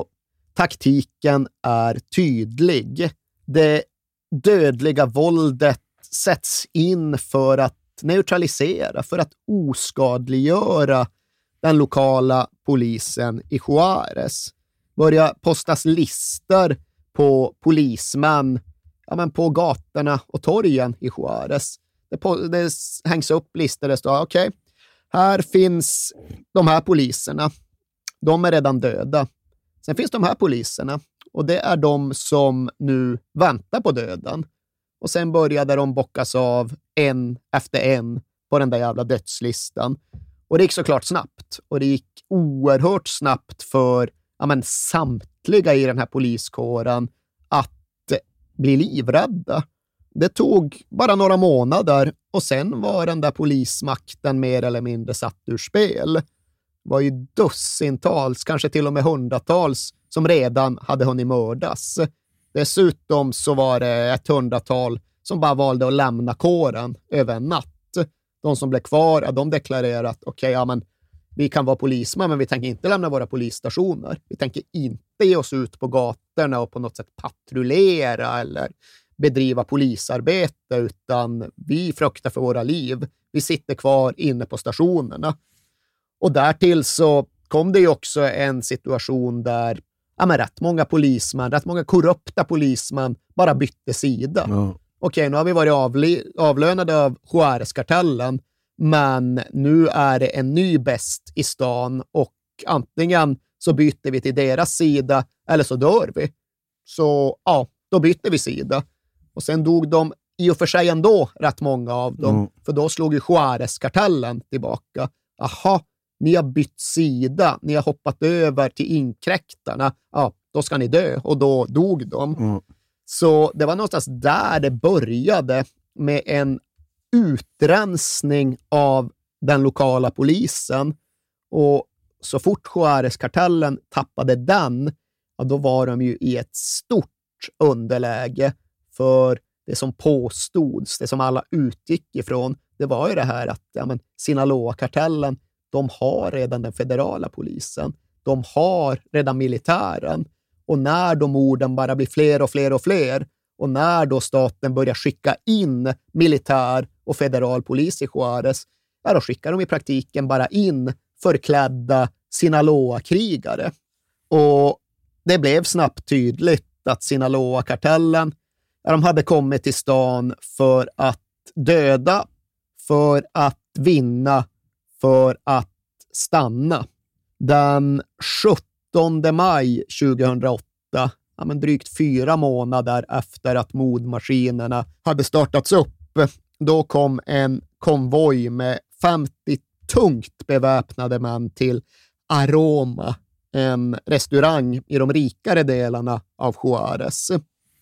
Speaker 8: taktiken är tydlig. Det dödliga våldet sätts in för att neutralisera, för att oskadliggöra den lokala polisen i Juárez. Börjar postas listor på polismän ja, men på gatorna och torgen i Juárez. Det, på, det hängs upp listor där det står okej, okay, här finns de här poliserna. De är redan döda. Sen finns de här poliserna och det är de som nu väntar på döden. Och sen började de bockas av en efter en på den där jävla dödslistan. Och det gick såklart snabbt. Och det gick oerhört snabbt för ja, men, samtliga i den här poliskåren att bli livrädda. Det tog bara några månader och sen var den där polismakten mer eller mindre satt ur spel. Det var ju dussintals, kanske till och med hundratals som redan hade hunnit mördas. Dessutom så var det ett hundratal som bara valde att lämna kåren över en natt. De som blev kvar, ja, de deklarerade att okej, okay, ja, men vi kan vara polismän men vi tänker inte lämna våra polisstationer. Vi tänker inte ge oss ut på gator gatorna och på något sätt patrullera eller bedriva polisarbete, utan vi fruktar för våra liv. Vi sitter kvar inne på stationerna. Och därtill så kom det ju också en situation där ja, men rätt många polismän, rätt många korrupta polismän bara bytte sida. Mm. Okej, nu har vi varit avli- avlönade av Juárez-kartellen, men nu är det en ny bäst i stan och antingen så byter vi till deras sida eller så dör vi. Så ja, då byter vi sida. Och sen dog de i och för sig ändå rätt många av dem, mm. för då slog ju Juárez-kartellen tillbaka. Aha, ni har bytt sida, ni har hoppat över till inkräktarna, ja, då ska ni dö. Och då dog de. Mm. Så det var någonstans där det började med en utrensning av den lokala polisen. Och så fort Juárez-kartellen tappade den, ja, då var de ju i ett stort underläge, för det som påstods, det som alla utgick ifrån, det var ju det här att ja, men Sinaloa-kartellen, de har redan den federala polisen. De har redan militären. Och när de orden bara blir fler och fler och fler, och när då staten börjar skicka in militär och federal polis i Juárez, ja, då skickar de i praktiken bara in förklädda Sinaloa-krigare. Och det blev snabbt tydligt att Sinaloa-kartellen, ja, de hade kommit till stan för att döda, för att vinna, för att stanna. Den sjuttonde maj tjugohundraåtta, ja, men drygt fyra månader efter att mordmaskinerna hade startats upp, då kom en konvoj med femtio tungt beväpnade män till Aroma, en restaurang i de rikare delarna av Juárez.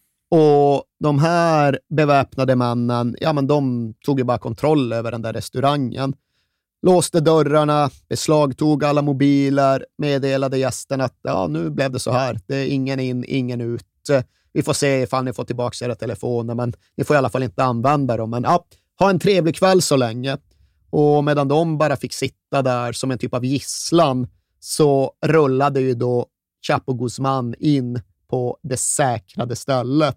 Speaker 8: Och de här beväpnade männen, ja, men de tog ju bara kontroll över den där restaurangen. Låste dörrarna, beslagtog alla mobiler, meddelade gästerna att ja, nu blev det så här. Det är ingen in, ingen ut. Vi får se ifall ni får tillbaka era telefoner, men ni får i alla fall inte använda dem. Men ja, ha en trevlig kväll så länge. Och medan de bara fick sitta där som en typ av gisslan, så rullade ju då Chapo Guzmán in på det säkrade stället.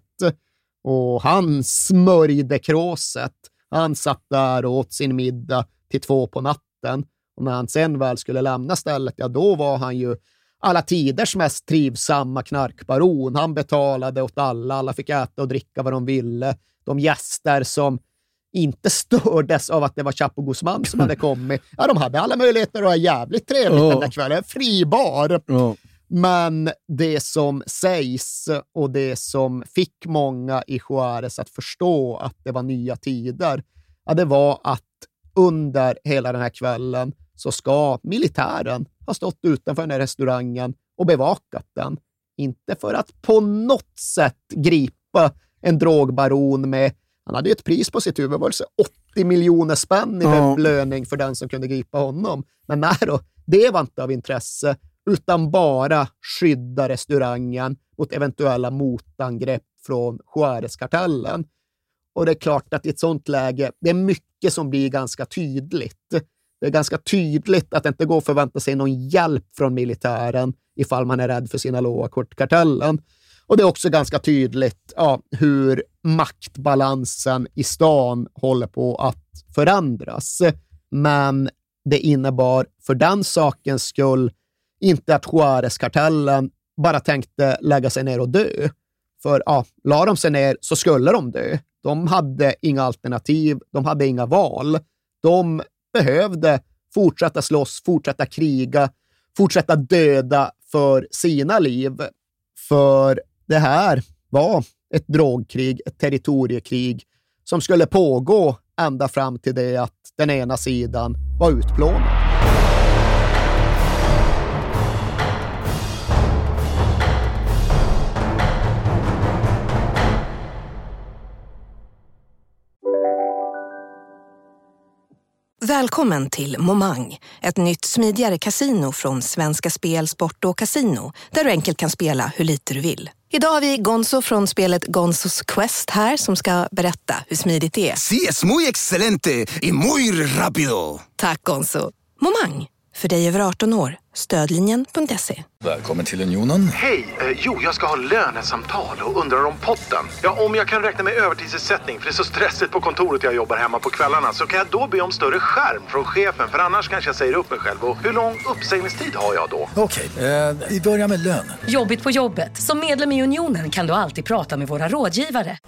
Speaker 8: Och han smörjde kråset. Han satt där och åt sin middag till två på natten. Och när han sen väl skulle lämna stället, ja, då var han ju alla tiders mest trivsamma knarkbaron. Han betalade åt alla. Alla fick äta och dricka vad de ville. De gäster som inte stördes av att det var Chapo Guzmán som hade kommit, ja, de hade alla möjligheter att ha jävligt trevligt oh. den där kvällen. Fri bar. Oh. Men det som sägs och det som fick många i Juárez att förstå att det var nya tider, ja, det var att under hela den här kvällen så ska militären ha stått utanför den här restaurangen och bevakat den. Inte för att på något sätt gripa en drogbaron med, han hade ju ett pris på sitt huvud, var det så åttio miljoner spänn i ja. belöning för den som kunde gripa honom. Men nej då, det var inte av intresse, utan bara skydda restaurangen mot eventuella motangrepp från Juárez-kartellen. Och det är klart att i ett sånt läge, det är mycket som blir ganska tydligt. Det är ganska tydligt att det inte går att förvänta sig någon hjälp från militären ifall man är rädd för Sinaloa-kartellen. Och det är också ganska tydligt ja, hur maktbalansen i stan håller på att förändras. Men det innebar för den sakens skull inte att Juárez-kartellen bara tänkte lägga sig ner och dö. För ja, la de sig ner så skulle de dö. De hade inga alternativ, de hade inga val. De behövde fortsätta slåss, fortsätta kriga, fortsätta döda för sina liv. För det här var ett drogkrig, ett territoriekrig som skulle pågå ända fram till det att den ena sidan var utplånad.
Speaker 12: Välkommen till Momang, ett nytt smidigare kasino från Svenska Spel, Sport och Casino, där du enkelt kan spela hur lite du vill. Idag har vi Gonzo från spelet Gonzos Quest här som ska berätta hur smidigt det är.
Speaker 13: Sí, es muy excelente y muy rápido.
Speaker 12: Tack Gonzo. Momang, För dig över arton år. Stödlinjen punkt se.
Speaker 2: Välkommen till Unionen.
Speaker 13: Hej, eh, jo jag ska ha lönesamtal och undrar om potten. Ja, om jag kan räkna med övertidsersättning för det är så stressigt på kontoret jag jobbar hemma på kvällarna, så kan jag då be om större skärm från chefen, för annars kanske jag säger upp mig själv. Och hur lång uppsägningstid har jag då?
Speaker 2: Okej, eh, vi börjar med lön.
Speaker 14: Jobbigt på jobbet. Som medlem i Unionen kan du alltid prata med våra rådgivare.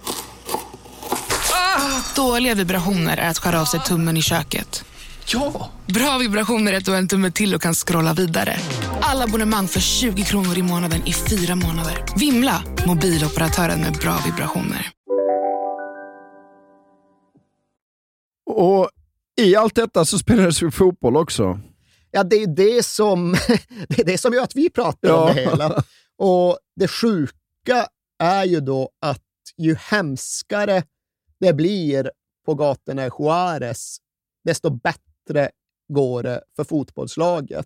Speaker 15: Ah, dåliga vibrationer är att skära av sig tummen i köket.
Speaker 2: Ja!
Speaker 15: Bra vibrationer är att du har en tumme till och kan scrolla vidare. Alla abonnemang för tjugo kronor i månaden i fyra månader. Vimla, mobiloperatören med bra vibrationer.
Speaker 7: Och i allt detta så spelades vi fotboll också.
Speaker 8: Ja, det är det som, det är det som gör att vi pratar ja. om det hela. Och det sjuka är ju då att ju hemskare det blir på gatorna i Juárez, desto bättre går det för fotbollslaget.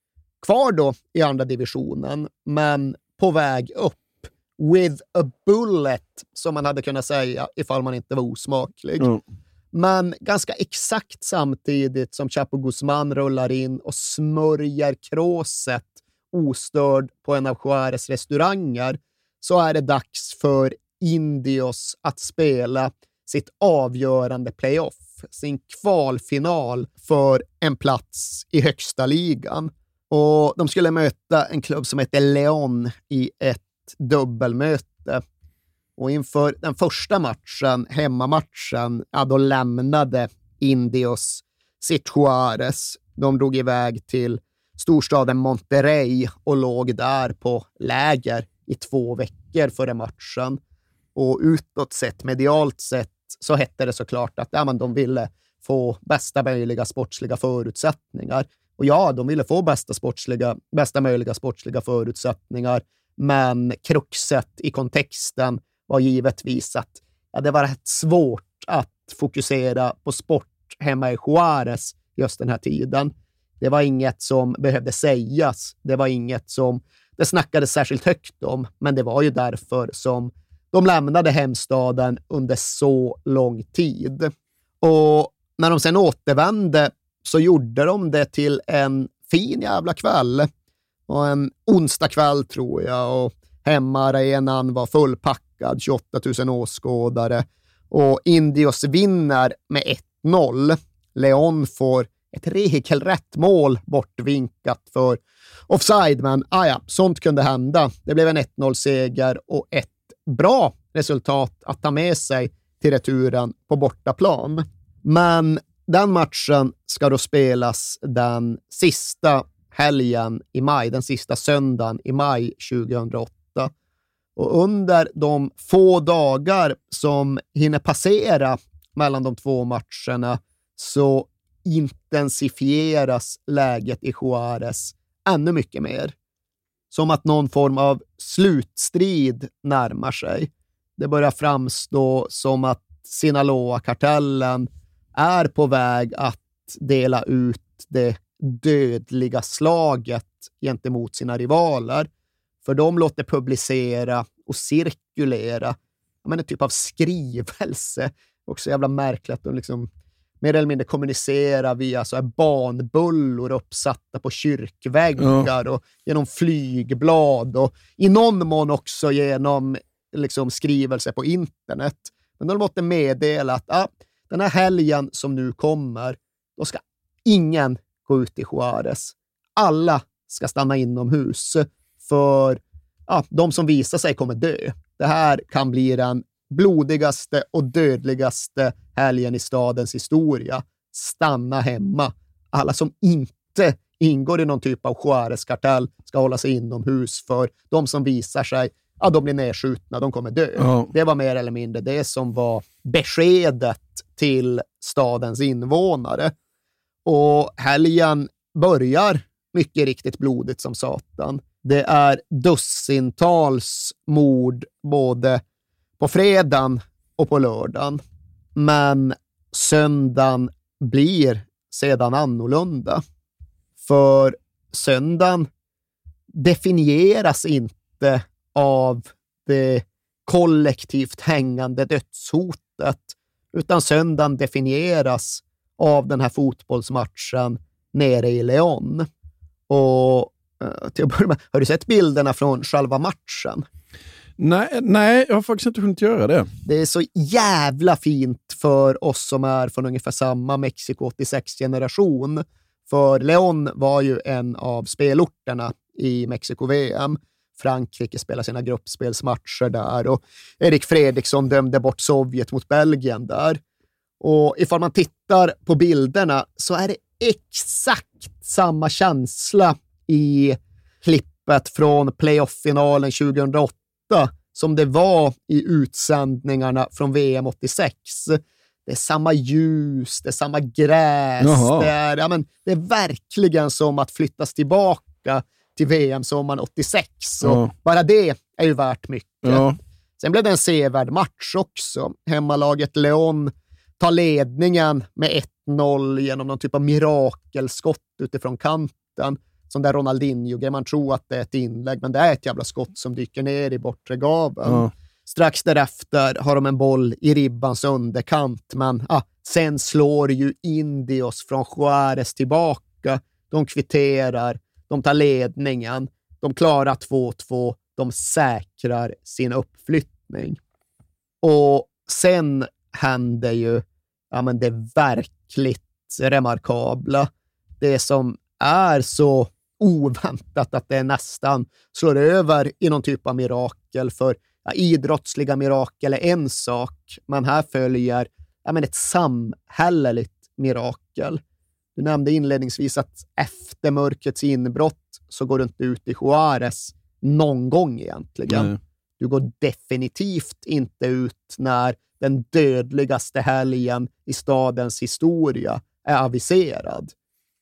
Speaker 8: Kvar då i andra divisionen, men på väg upp. With a bullet, som man hade kunnat säga ifall man inte var osmaklig. Mm. Men ganska exakt samtidigt som Chapo Guzman rullar in och smörjer kråset ostörd på en av Juárez restauranger, så är det dags för Indios att spela sitt avgörande playoff, sin kvalfinal för en plats i högsta ligan. Och de skulle möta en klubb som heter León i ett dubbelmöte. Och inför den första matchen, hemmamatchen, ja, då lämnade Indios sitt Juárez. De drog iväg till storstaden Monterrey och låg där på läger i två veckor före matchen. Och utåt sett, medialt sett, så hette det såklart att ja, men de ville få bästa möjliga sportsliga förutsättningar. Och ja, de ville få bästa, sportsliga, bästa möjliga sportsliga förutsättningar. Men kruxet i kontexten var givetvis att ja, det var rätt svårt att fokusera på sport hemma i Juárez just den här tiden. Det var inget som behövde sägas. Det var inget som det snackades särskilt högt om. Men det var ju därför som de lämnade hemstaden under så lång tid. Och när de sen återvände så gjorde de det till en fin jävla kväll. Och en onsdag kväll tror jag. Och hemmaarenan var fullpackad, tjugoåtta tusen åskådare. Och Indios vinner med ett noll. León får ett regelrätt mål bortvinkat för offside. Men aja, sånt kunde hända. Det blev en ett noll-seger och ett bra resultat att ta med sig till returen på bortaplan. Men den matchen ska då spelas den sista helgen i maj, den sista söndagen i maj tjugohundraåtta. Och under de få dagar som hinner passera mellan de två matcherna så intensifieras läget i Juárez ännu mycket mer. Som att någon form av slutstrid närmar sig. Det börjar framstå som att Sinaloa-kartellen är på väg att dela ut det dödliga slaget gentemot sina rivaler. För de låter publicera och cirkulera men en typ av skrivelse. Också jävla märkligt att de liksom mer eller mindre kommunicerar via så här banbullor uppsatta på kyrkväggar ja. och genom flygblad och i någon mån också genom liksom skrivelser på internet. Men de måste meddela att ah, den här helgen som nu kommer, då ska ingen gå ut i Juárez. Alla ska stanna inomhus för ah, de som visar sig kommer dö. Det här kan bli den blodigaste och dödligaste helgen i stadens historia. Stanna hemma. Alla som inte ingår i någon typ av Juárez-kartell ska hålla sig inomhus för de som visar sig, ja, de blir nedskjutna, de kommer dö. Ja. Det var mer eller mindre det som var beskedet till stadens invånare. Och helgen börjar mycket riktigt blodigt som satan. Det är dussintals mord både på fredagen och på lördagen. Men söndagen blir sedan annorlunda. För söndagen definieras inte av det kollektivt hängande dödshotet, utan söndagen definieras av den här fotbollsmatchen nere i León. Och till att börja med, har du sett bilderna från själva matchen?
Speaker 7: Nej, nej, jag har faktiskt inte hunnit göra det.
Speaker 8: Det är så jävla fint för oss som är från ungefär samma Mexiko åttiosex-generation. För León var ju en av spelorterna i Mexiko-V M. Frankrike spelar sina gruppspelsmatcher där och Erik Fredriksson dömde bort Sovjet mot Belgien där. Och ifall man tittar på bilderna så är det exakt samma känsla i klippet från playoff-finalen tjugohundraåtta som det var i utsändningarna från V M åttiosex. Det är samma ljus, det är samma gräs. Det är, ja, men, det är verkligen som att flyttas tillbaka till V M sommaren åttiosex. Och ja. Bara det är ju värt mycket. Ja. Sen blev det en sevärd match också. Hemmalaget León tar ledningen med ett noll genom någon typ av mirakelskott utifrån kanten. Som där Ronaldinho, man tror att det är ett inlägg, men det är ett jävla skott som dyker ner i bortre gaveln. Ja. Strax därefter har de en boll i ribbans underkant, men ah, sen slår ju Indios från Juárez tillbaka. De kvitterar, de tar ledningen, de klarar två två, de säkrar sin uppflyttning. Och sen händer ju ja, men det verkligt remarkabla. Det som är så oväntat att det nästan slår över i någon typ av mirakel. För ja, idrottsliga mirakel är en sak, men här följer ja, men ett samhälleligt mirakel. Du nämnde inledningsvis att efter mörkrets inbrott så går du inte ut i Juárez någon gång egentligen. Mm. Du går definitivt inte ut när den dödligaste helgen i stadens historia är aviserad.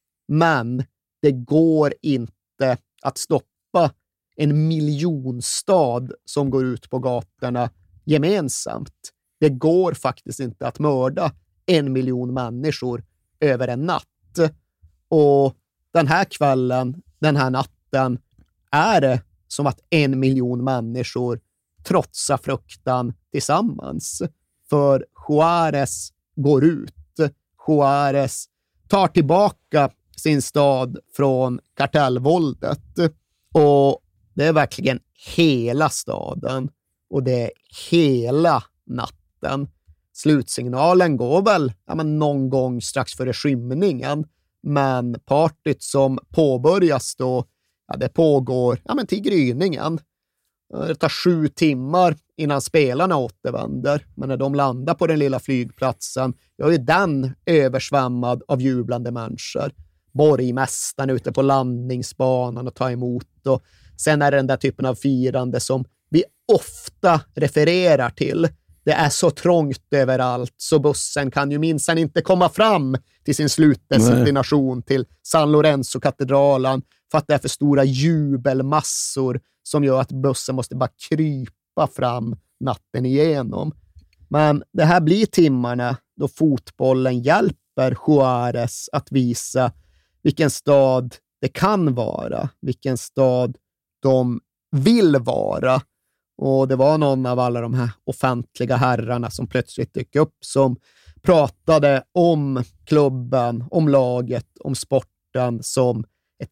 Speaker 8: Men det går inte att stoppa en miljonstad som går ut på gatorna gemensamt. Det går faktiskt inte att mörda en miljon människor över en natt. Och den här kvällen, den här natten, är det som att en miljon människor trotsar fruktan tillsammans. För Juárez går ut. Juárez tar tillbaka sin stad från kartellvåldet. Och det är verkligen hela staden. Och det är hela natten. Slutsignalen går väl ja, men någon gång strax före skymningen. Men partyt som påbörjas då, ja, det pågår ja, men till gryningen. Det tar sju timmar innan spelarna återvänder. Men när de landar på den lilla flygplatsen, ja, är den översvämmad av jublande människor. Borgmästaren ute på landningsbanan och tar emot. Och sen är det den där typen av firande som vi ofta refererar till. Det är så trångt överallt så bussen kan ju minsann inte komma fram till sin slutdestination till San Lorenzo-katedralen för att det är för stora jubelmassor som gör att bussen måste bara krypa fram natten igenom. Men det här blir timmarna då fotbollen hjälper Juárez att visa vilken stad det kan vara, vilken stad de vill vara. Och det var någon av alla de här offentliga herrarna som plötsligt dök upp som pratade om klubben, om laget, om sporten som ett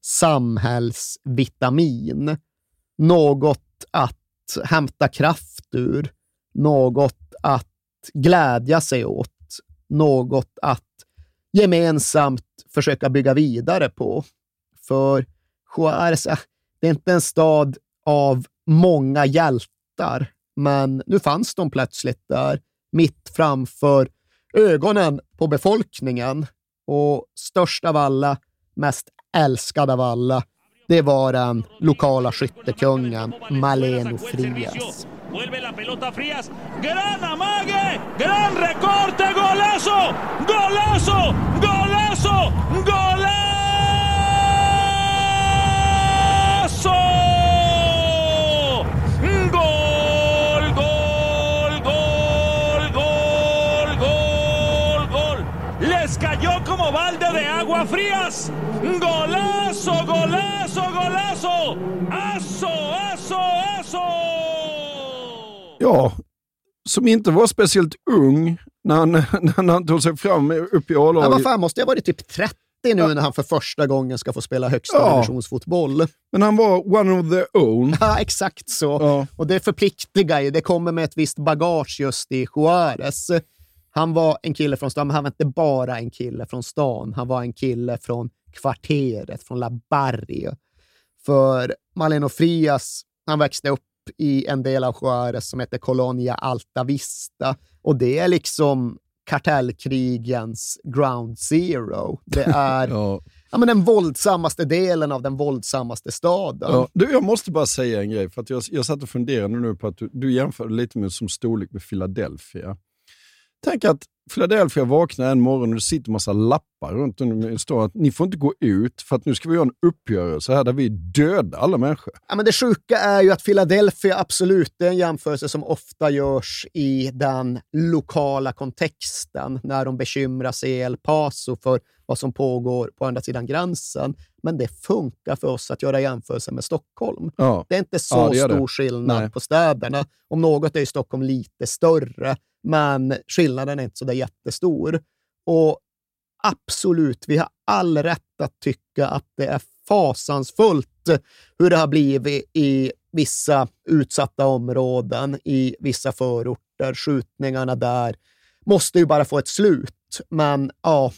Speaker 8: samhällsvitamin. Något att hämta kraft ur, något att glädja sig åt, något att gemensamt försöka bygga vidare på. För Juárez, det är inte en stad av många hjältar, men nu fanns de plötsligt där, mitt framför ögonen på befolkningen. Och störst av alla, mest älskad av alla, det var den lokala skyttekungen Maleno Frias.
Speaker 16: Vuelve la pelota Frías, gran amague, gran recorte, golazo, golazo, golazo, golazo! Gol, gol, gol, gol, gol, gol. Les cayó como balde de agua Frías. Golazo, golazo, golazo. Aso, aso, aso.
Speaker 7: Ja, som inte var speciellt ung när han, när han tog sig fram upp i A-laget.
Speaker 8: Ja, vad fan, måste jag varit typ trettio trettio nu när han för första gången ska få spela högsta
Speaker 7: Ja.
Speaker 8: divisionsfotboll.
Speaker 7: Men han var one of their own.
Speaker 8: Ja, exakt så.
Speaker 7: Ja.
Speaker 8: Och det förpliktigar ju. Det kommer med ett visst bagage just i Juárez. Han var en kille från stan, men han var inte bara en kille från stan. Han var en kille från kvarteret, från La Barrio. För Maleno Frias, han växte upp i en del av Juárez som heter Colonia Alta Vista. Och det är liksom kartellkrigens ground zero. Det är
Speaker 7: ja.
Speaker 8: Ja, men den våldsammaste delen av den våldsammaste staden.
Speaker 7: Ja. Du, jag måste bara säga en grej, för att jag, jag satt och funderade nu på att du, du jämför lite med som storlek med Philadelphia. Tänk att Philadelphia vaknar en morgon och det sitter massa lappar runt om det står att ni får inte gå ut för att nu ska vi göra en uppgörelse här där vi dödar alla människor.
Speaker 8: Ja, men det sjuka är ju att Philadelphia absolut är en jämförelse som ofta görs i den lokala kontexten när de bekymrar sig i El Paso för vad som pågår på andra sidan gränsen. Men det funkar för oss att göra jämförelser med Stockholm.
Speaker 7: Ja.
Speaker 8: Det är inte så
Speaker 7: Ja, det är
Speaker 8: stor
Speaker 7: det.
Speaker 8: skillnad
Speaker 7: Nej.
Speaker 8: på städerna. Om något är ju Stockholm lite större, men skillnaden är inte så där jättestor. Och absolut, vi har all rätt att tycka att det är fasansfullt hur det har blivit i vissa utsatta områden, i vissa förorter. Skjutningarna där måste ju bara få ett slut. Men ja,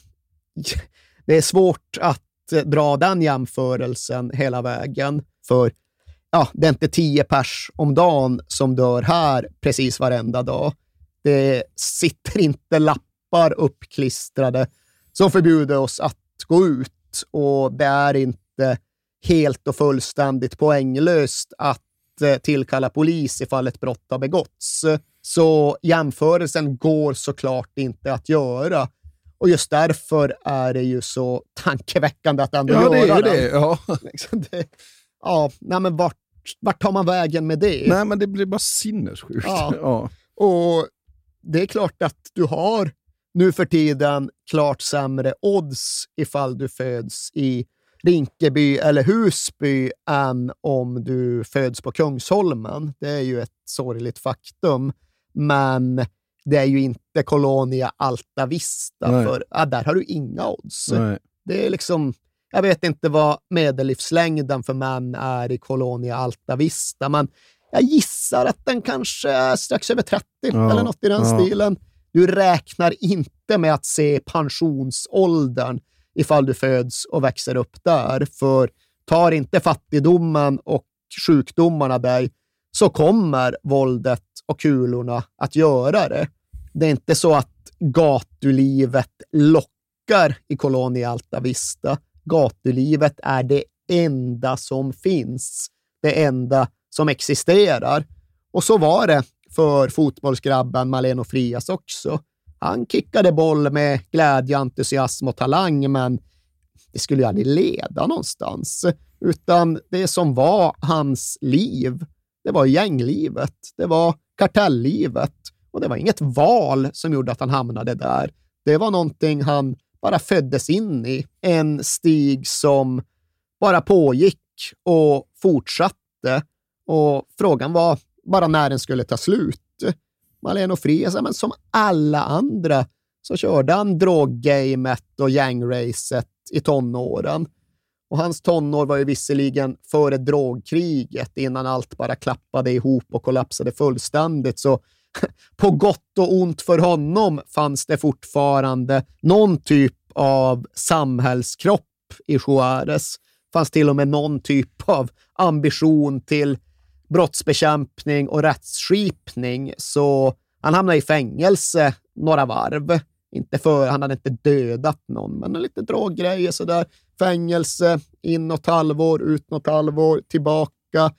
Speaker 8: det är svårt att dra den jämförelsen hela vägen. För ja, det är inte tio pers om dagen som dör här precis varenda dag. Det sitter inte lappar uppklistrade som förbjuder oss att gå ut, och det är inte helt och fullständigt poänglöst att tillkalla polis ifall ett brott har begåtts. Så jämförelsen går såklart inte att göra. Och just därför är det ju så tankeväckande att ändå
Speaker 7: Ja, det
Speaker 8: göra
Speaker 7: är det. Ja,
Speaker 8: Liksom det. Ja, nej, men vart, vart tar man vägen med det?
Speaker 7: Nej, men det blir bara sinnessjukt.
Speaker 8: Ja.
Speaker 7: Ja.
Speaker 8: Och det är klart att du har nu för tiden klart sämre odds ifall du föds i Rinkeby eller Husby än om du föds på Kungsholmen. Det är ju ett sorgligt faktum. Men det är ju inte Colonia Alta Vista,
Speaker 7: Nej.
Speaker 8: för ja, där har du inga odds.
Speaker 7: Nej.
Speaker 8: Det är liksom, jag vet inte vad medellivslängden för män är i Colonia Alta Vista, men jag gissar att den kanske är strax över trettio
Speaker 7: Ja,
Speaker 8: eller något i den
Speaker 7: ja.
Speaker 8: stilen. Du räknar inte med att se pensionsåldern ifall du föds och växer upp där, för tar inte fattigdomen och sjukdomarna dig, så kommer våldet och kulorna att göra det. Det är inte så att gatulivet lockar i Colonia Alta Vista. Gatulivet är det enda som finns. Det enda som existerar. Och så var det för fotbollsgrabben Maleno Frias också. Han kickade boll med glädje, entusiasm och talang, men det skulle ju aldrig leda någonstans. Utan det som var hans liv, det var gänglivet. Det var kartelllivet. Och det var inget val som gjorde att han hamnade där. Det var någonting han bara föddes in i. En stig som bara pågick och fortsatte. Och frågan var bara när den skulle ta slut. Maleno Frias, men som alla andra så körde han droggamet och gängracet i tonåren. Och hans tonår var ju visserligen före drogkriget, innan allt bara klappade ihop och kollapsade fullständigt. Så på gott och ont för honom fanns det fortfarande någon typ av samhällskropp i Juárez. Fanns till och med någon typ av ambition till brottsbekämpning och rättsskipning. Så han hamnade i fängelse några varv. Inte för, han hade inte dödat någon, men lite droggrejer sådär. Fängelse, in något halvår, ut något halvår, tillbaka.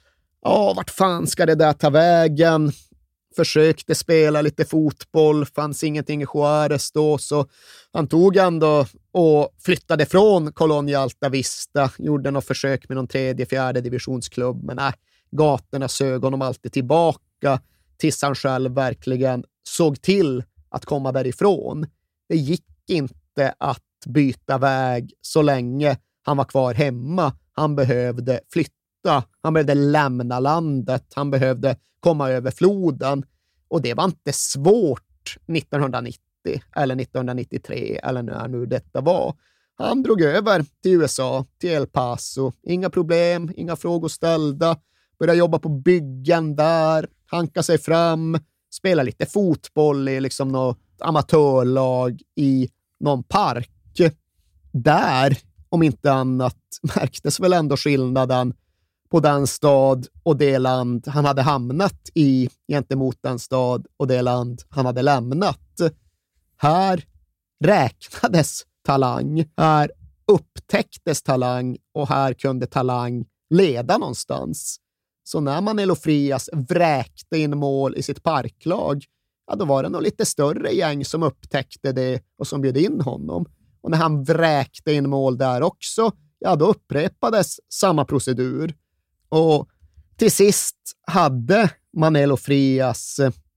Speaker 8: Ja, vart fan ska det där ta vägen? Försökte spela lite fotboll, fanns ingenting i Juárez då, så han tog ändå och flyttade från Colonia Alta Vista. Gjorde något försök med någon tredje, fjärde divisionsklubb, men nej, gatorna sög honom alltid tillbaka tills han själv verkligen såg till att komma därifrån. Det gick inte att byta väg så länge han var kvar hemma. Han behövde flytta. Han behövde lämna landet. Han behövde komma över floden. Och det var inte svårt nittonhundranittio eller nittonhundranittiotre eller när nu detta var. Han drog över till U S A, till El Paso. Inga problem, inga frågor ställda. Började jobba på byggen där, hanka sig fram, spela lite fotboll i liksom något amatörlag i någon park. Där, om inte annat, märktes väl ändå skillnaden på den stad och det land han hade hamnat i gentemot den stad och det land han hade lämnat. Här räknades talang, här upptäcktes talang och här kunde talang leda någonstans. Så när Manelo Frias vräkte in mål i sitt parklag, ja, då var det nog lite större gäng som upptäckte det och som bjöd in honom. Och när han vräkte in mål där också, ja, då upprepades samma procedur. Och till sist hade Manelo Frias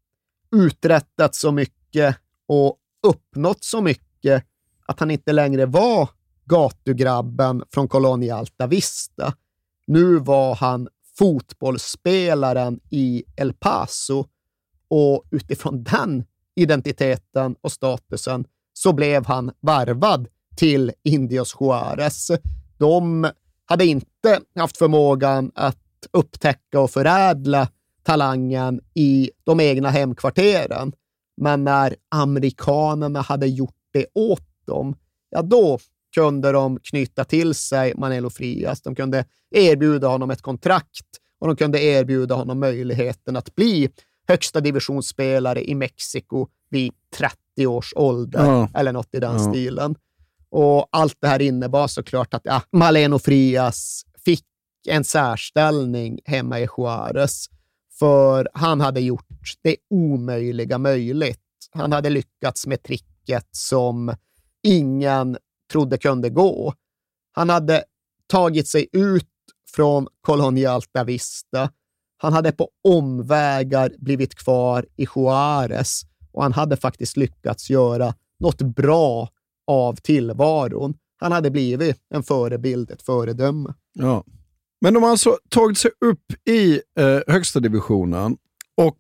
Speaker 8: uträttat så mycket och uppnått så mycket att han inte längre var gatugrabben från Colonia Alta Vista. Nu var han fotbollsspelaren i El Paso och utifrån den identiteten och statusen så blev han varvad till Indios Juárez. De hade inte haft förmågan att upptäcka och förädla talangen i de egna hemkvarteren. Men när amerikanerna hade gjort det åt dem, ja då kunde de knyta till sig Manelo Frias. De kunde erbjuda honom ett kontrakt och de kunde erbjuda honom möjligheten att bli högsta divisionsspelare i Mexiko vid trettio års ålder ja. eller något i den ja. stilen. Och allt det här innebar såklart att ja, Manelo Frias fick en särställning hemma i Juárez, för han hade gjort det omöjliga möjligt. Han hade lyckats med tricket som ingen trodde kunde gå. Han hade tagit sig ut från Colonia Alta Vista. Han hade på omvägar blivit kvar i Juárez och han hade faktiskt lyckats göra något bra av tillvaron. Han hade blivit en förebild, ett föredöme.
Speaker 7: Ja. Men de har alltså tagit sig upp i eh, högsta divisionen och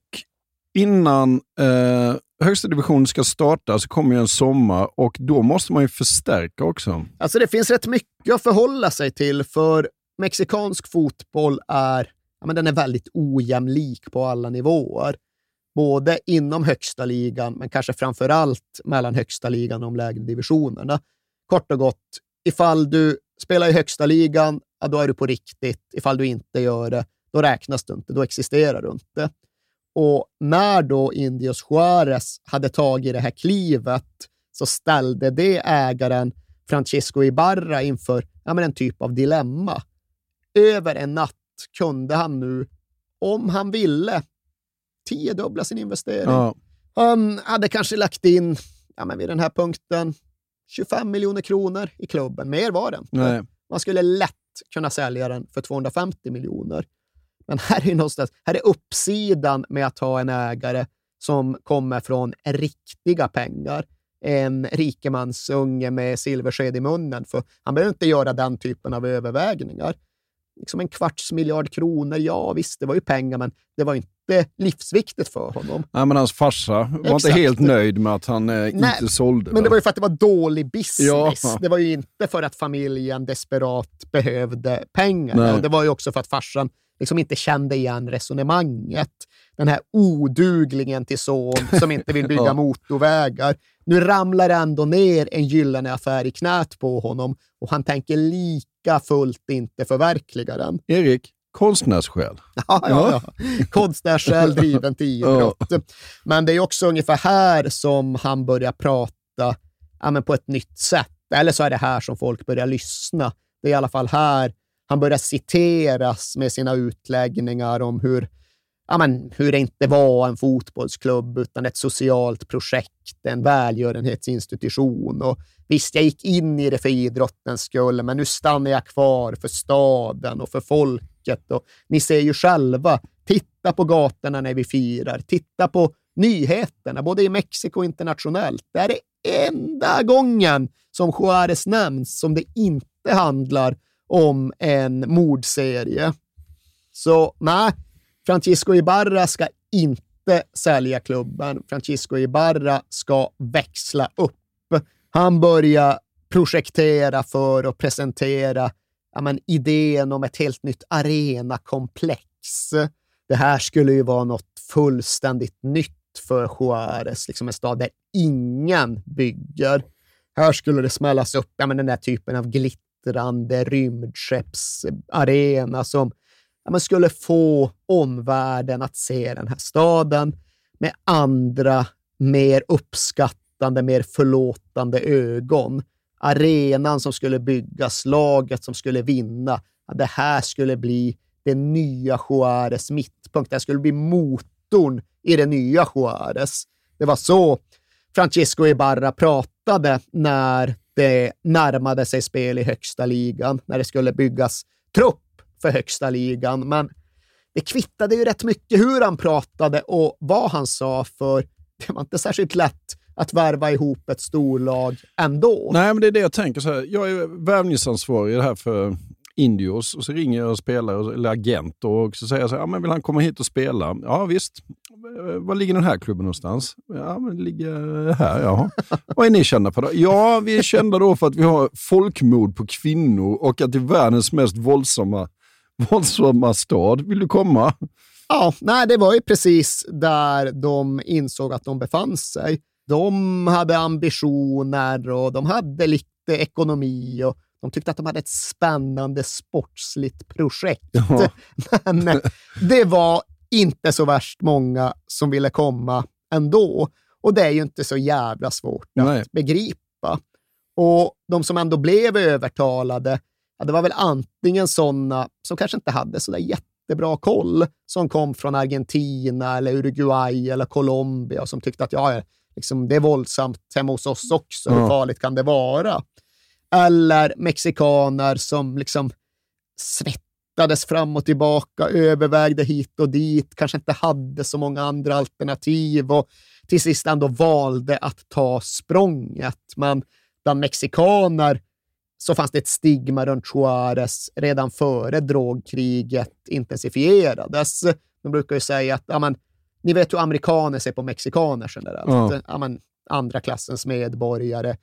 Speaker 7: innan eh, högsta divisionen ska starta så kommer ju en sommar och då måste man ju förstärka också.
Speaker 8: Alltså det finns rätt mycket att förhålla sig till, för mexikansk fotboll är, ja, men den är väldigt ojämlik på alla nivåer. Både inom högsta ligan men kanske framförallt mellan högsta ligan och de lägre divisionerna. Kort och gott, ifall du spelar i högsta ligan, ja, då är du på riktigt. Ifall du inte gör det, då räknas du inte, då existerar du inte. Och när då Indios Juárez hade tagit det här klivet så ställde det ägaren Francisco Ibarra inför ja, men en typ av dilemma. Över en natt kunde han nu, om han ville, tiodubbla sin investering. Ja. Han hade kanske lagt in, ja, men vid den här punkten, tjugofem miljoner kronor i klubben. Mer var det inte. Nej. Man skulle lätt kunna sälja den för tvåhundrafemtio miljoner. Men här är någonstans, här är uppsidan med att ha en ägare som kommer från riktiga pengar. En rikemansunge med silversked i munnen. För han behöver inte göra den typen av övervägningar. Liksom en kvarts miljard kronor, ja visst, det var ju pengar, men det var inte livsviktigt för honom.
Speaker 7: Nej, men hans farsa var Exakt. inte helt nöjd med att han eh, inte Nej, sålde.
Speaker 8: Men det var ju för att det var dålig business. Ja. Det var ju inte för att familjen desperat behövde pengar. Och det var ju också för att farsan liksom inte kände igen resonemanget. Den här oduglingen till son som inte vill bygga ja. motorvägar. Nu ramlar ändå ner en gyllene affär i knät på honom och han tänker lika fullt inte förverkliga den.
Speaker 7: Erik, konstnärssjäl.
Speaker 8: Ja, ja, ja. Konstnärssjäl driven till idrott. Ja. Men det är också ungefär här som han börjar prata ja, men på ett nytt sätt. Eller så är det här som folk börjar lyssna. Det är i alla fall här han börjar citeras med sina utläggningar om hur, ja, men, hur det inte var en fotbollsklubb utan ett socialt projekt, en välgörenhetsinstitution. Och visst, jag gick in i det för idrottens skull, men nu stannar jag kvar för staden och för folket. Och ni ser ju själva, titta på gatorna när vi firar, titta på nyheterna, både i Mexiko och internationellt. Det är det enda gången som Juárez nämns som det inte handlar om en mordserie. Så nej, Francisco Ibarra ska inte sälja klubben. Francisco Ibarra ska växla upp. Han börjar projektera för och presentera ja, men, idén om ett helt nytt arenakomplex. Det här skulle ju vara något fullständigt nytt för Juárez, liksom en stad där ingen bygger. Här skulle det smällas upp ja, men den där typen av glittrande rymdskeppsarena som ja, man skulle få omvärlden att se den här staden med andra, mer uppskattande, mer förlåtande ögon. Arenan som skulle byggas, laget som skulle vinna. Ja, det här skulle bli det nya Juárez mittpunkt. Det skulle bli motorn i det nya Juárez. Det var så Francisco Ibarra pratade när det närmade sig spel i högsta ligan, när det skulle byggas trupp för högsta ligan. Men det kvittade ju rätt mycket hur han pratade och vad han sa, för det var inte särskilt lätt att värva ihop ett storlag ändå.
Speaker 7: Nej, men det är det jag tänker så här. Jag är värvningsansvarig i det här för Indios och så ringer jag och spelare eller agent och så säger jag så här, ja men vill han komma hit och spela? Ja visst. Var ligger den här klubben någonstans? Ja men det ligger här, ja. Vad är ni kända på då? Ja, vi är kända då för att vi har folkmord på kvinnor och att det är världens mest våldsamma våldsamma stad. Vill du komma?
Speaker 8: Ja, nej det var ju precis där de insåg att de befann sig. De hade ambitioner och de hade lite ekonomi och de tyckte att de hade ett spännande sportsligt projekt. Ja. Men det var inte så värst många som ville komma ändå. Och det är ju inte så jävla svårt
Speaker 7: Nej.
Speaker 8: att begripa. Och de som ändå blev övertalade, ja, det var väl antingen sådana som kanske inte hade så där jättebra koll, som kom från Argentina eller Uruguay eller Colombia och som tyckte att ja, liksom, det är våldsamt hemma hos oss också. Ja. Hur farligt kan det vara? Eller mexikaner som liksom svettades fram och tillbaka, övervägde hit och dit, kanske inte hade så många andra alternativ och till sist ändå valde att ta språnget. Men bland mexikaner så fanns det ett stigma runt Juárez redan före drogkriget intensifierades. De brukar ju säga att ja, men, ni vet hur amerikaner ser på mexikaner generellt. Ja. Ja, men, andra klassens medborgare,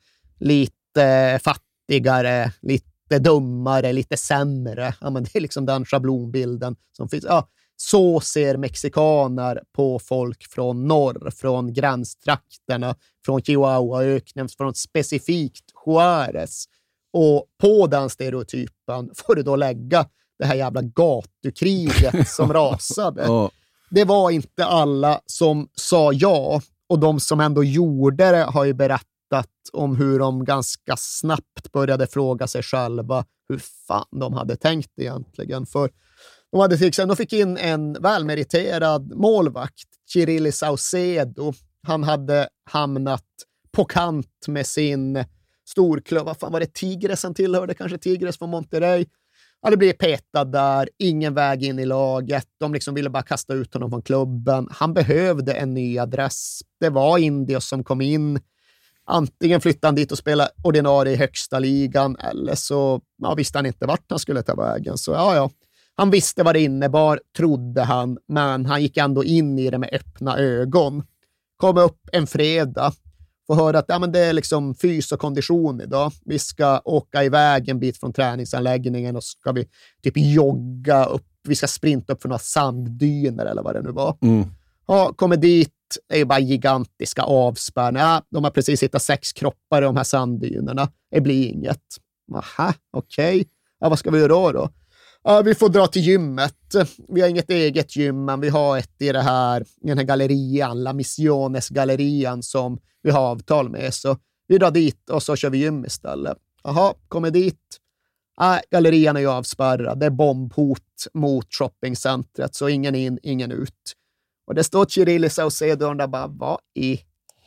Speaker 8: lite fattigare, lite dummare, lite sämre. Ja, men det är liksom den schablonbilden som finns. Ja, så ser mexikaner på folk från norr, från gränstrakterna, från Chihuahua-öknen, från specifikt Juárez. Och på den stereotypen får du då lägga det här jävla gatukriget som rasade. Ja. Det var inte alla som sa ja, och de som ändå gjorde det har ju berättat om hur de ganska snabbt började fråga sig själva hur fan de hade tänkt egentligen. För de hade till exempel, de fick in en välmeriterad målvakt, Chirili Saucedo. Han hade hamnat på kant med sin storklubb. Vad fan var det, Tigres han tillhörde? Kanske Tigres från Monterrey. Han hade blivit petad där, ingen väg in i laget. De liksom ville bara kasta ut honom från klubben. Han behövde en ny adress. Det var Indios som kom in. Antingen flyttade han dit och spelade ordinarie i högsta ligan, eller så ja, visste han inte vart han skulle ta vägen. Så ja, ja. Han visste vad det innebar, trodde han, men han gick ändå in i det med öppna ögon. Kom upp en fredag, får höra att ja, men det är liksom fys och kondition idag. Vi ska åka iväg en bit från träningsanläggningen och ska vi typ jogga upp. Vi ska sprinta upp för några sanddyner eller vad det nu var. Mm. Ja, kommer dit, är ju bara gigantiska avspärr. Ja, de har precis hittat sex kroppar i de här sanddynerna. Det blir inget. Aha, okej. Okay. Ja, vad ska vi göra då? Ja, vi får dra till gymmet. Vi har inget eget gym, men vi har ett i det här, i den här gallerian, La Misiones-gallerian som vi har avtal med. Så vi drar dit och så kör vi gym istället. Jaha, kommer dit. Nej, gallerian är ju avspärrad. Det är bombhot mot shoppingcentret, så ingen in, ingen ut. Och det står Chirili Saucedo och där bara, vad i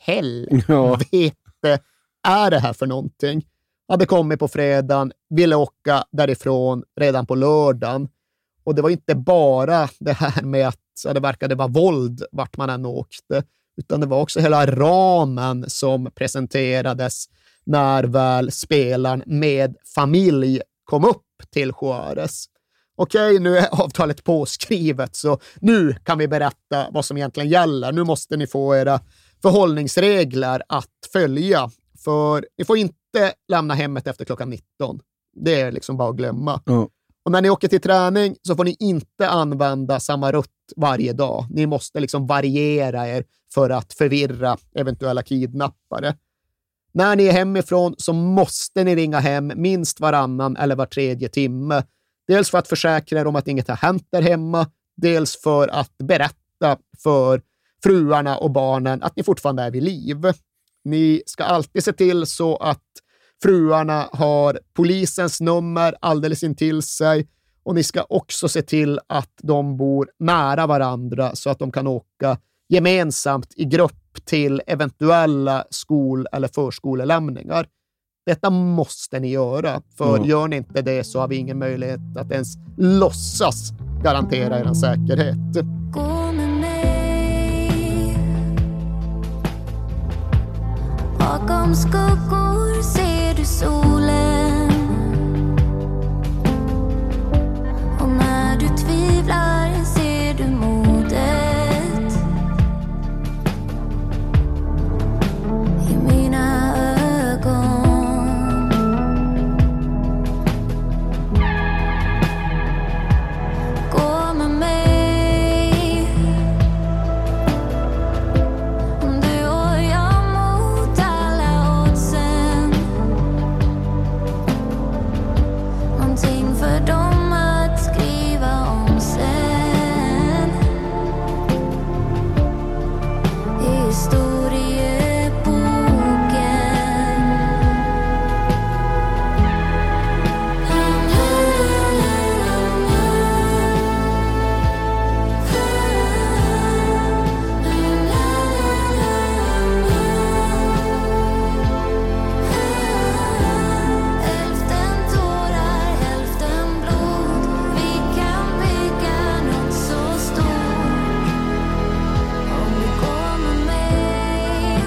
Speaker 8: helvete ja. är det här för någonting? Hade kommit på fredagen, ville åka därifrån redan på lördagen. Och det var inte bara det här med att så det verkade vara våld vart man än åkte, utan det var också hela ramen som presenterades när väl spelaren med familj kom upp till Juárez. Okej, nu är avtalet påskrivet, så nu kan vi berätta vad som egentligen gäller. Nu måste ni få era förhållningsregler att följa. För ni får inte inte lämna hemmet efter klockan nitton. Det är liksom bara att glömma.
Speaker 7: Mm.
Speaker 8: Och när ni åker till träning så får ni inte använda samma rutt varje dag. Ni måste liksom variera er för att förvirra eventuella kidnappare. När ni är hemifrån så måste ni ringa hem minst varannan eller var tredje timme. Dels för att försäkra er om att inget har hänt där hemma. Dels för att berätta för fruarna och barnen att ni fortfarande är vid liv. Ni ska alltid se till så att fruarna har polisens nummer alldeles intill sig. Och ni ska också se till att de bor nära varandra så att de kan åka gemensamt i grupp till eventuella skol- eller förskolelämningar. Detta måste ni göra, för mm. gör ni inte det så har vi ingen möjlighet att ens låtsas garantera er säkerhet.
Speaker 17: Gå med mig. Bakom skuggor ser du solen. Och när du tvivlar ser du modet i mina ögon. Gå med mig. Du och jag mot alla oddsen. Någonting för dem att skriva om sen. I historieboken. Hälften tårar, hälften blod. Vi kan bygga något så stort. Om du går med mig.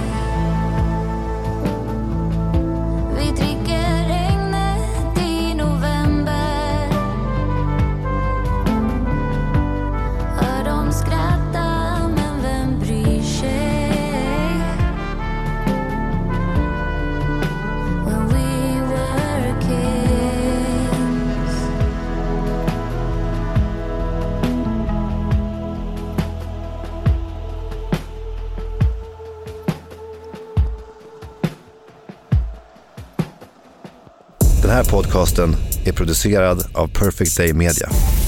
Speaker 17: Vi dricker regnet i november. Hör dem skratta, men vem bryr sig? When we were kids.
Speaker 18: Den här podcasten är producerad av Perfect Day Media.